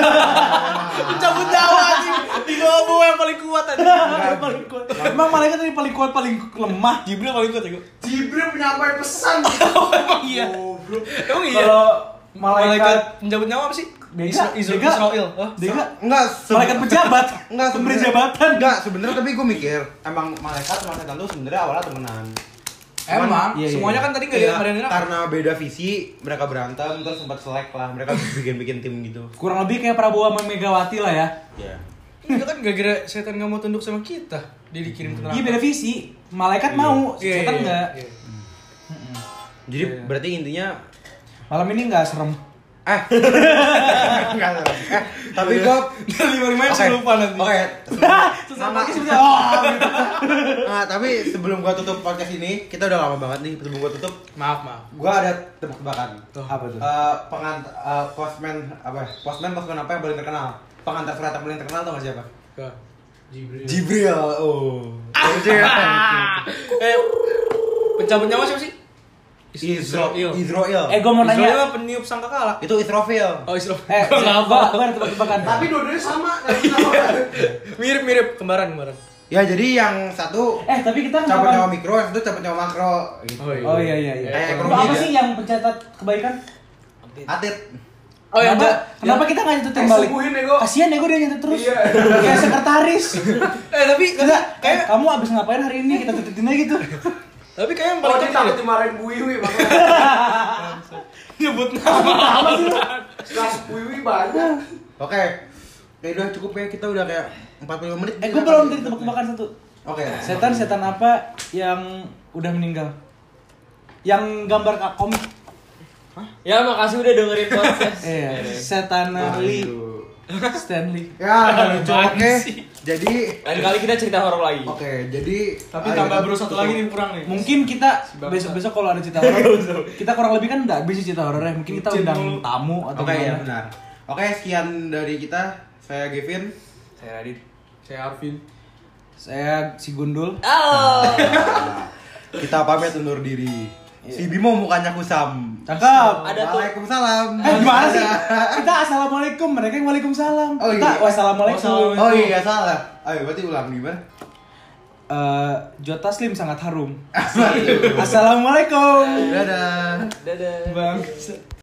Cabut nyawa anjing. Di bawah yang paling kuat anjing. paling kuat. Emang malaikat ini paling kuat paling lemah. Jibril paling kuat ya gua. Jibril penyampaian pesan. Emang iya. Goblok. Emang iya. Kalau malaikat menjabut nyawa apa sih? Dega, Israel. Dega, Enggak, malaikat pejabat. Enggak, pemberi sebenarnya- jabatan. Enggak, sebenarnya tapi gue mikir emang malaikat sama setan tuh sebenarnya awalnya temenan. Emang, Iya, iya. semuanya kan tadi nggak Iya, ada yang neraka. karena beda visi, mereka berantem terus sempat selek lah. Mereka bikin tim gitu. Kurang lebih kayak Prabowo sama Megawati lah ya. Iya. Itu kan gara-gara setan nggak mau tunduk sama kita, dia dikirim ke neraka. Iya beda visi. Malaikat mau, Iya, setan iya, enggak. iya. Jadi Iya. berarti intinya Malam ini enggak serem. enggak salah. Tapi gue Lima-lima yang lupa nanti. Oke. Susah banget sih oh, gitu. Nah, tapi sebelum gua tutup podcast ini, kita udah lama banget nih. Sebelum gua tutup, Maaf. gua ada tebak-tebakan. Apa tuh? Postman apa? Postman apa yang paling terkenal? Pengantar surat yang paling terkenal tau gak siapa? Jibril. Oh. Pencabut nyawa siapa sih? Israel. Gue mau Israel nanya. mah peniup sangkakala. Itu Israfil. Oh, Israel. Gua ada tebak-tebakan. Tapi dua-duanya sama. Sama. Mirip kembaran. Ya jadi yang satu Tapi kita cabut nyawa kenapa? mikro, yang satu cabut nyawa makro. Gitu. Oh iya. Ekonomi Apa aja. sih yang pencatat kebaikan? Atit. Oh, yang Kenapa kita nggak nyetutin balik? Sembuhin nego. Kasian nego dia nyetet terus. Iya. Kayak sekretaris. tapi Kayak kamu abis ngapain hari ini kita tututin aja gitu. tapi kayak yang Oh, paling dia takut dimarahin Bu Wiwi makanya. nyebut nama. Kelas Bu Wiwi banyak. Oke. Ya udah cukup ya, kita udah kayak 45 menit. Gue belum tadi tebak-tebakan satu. Oke. Setan apa yang udah meninggal? Yang gambar komik. Ya makasih udah dengerin podcast. Iya. Setan Lee. Stanley. Ya, lucu. Apaan Oke. sih? Jadi Lain kali kita cerita horor lagi. Oke, jadi Tapi tambah bro satu lagi nih kurang nih. Mungkin kita besok-besok kalau ada cerita horor, kita kurang lebih kan nggak bisa cerita horor ya. Mungkin kita undang tamu atau Oke, ya gimana. benar. Oke, sekian dari kita. Saya Gavin. Saya Radit. Saya Arvin. Saya si Gundul. Kita pamit undur diri. Si Bimo mukanya kusam. Cakep. Ada tuh. Waalaikumsalam. Gimana sih? Kita assalamualaikum, mereka yang waalaikumsalam. Oh, Kita iya. wassalamualaikum. Oh iya salah. Ayo berarti ulang gimana? Jota Slim sangat harum. Assalamualaikum. Dadah. Dadah. Bang.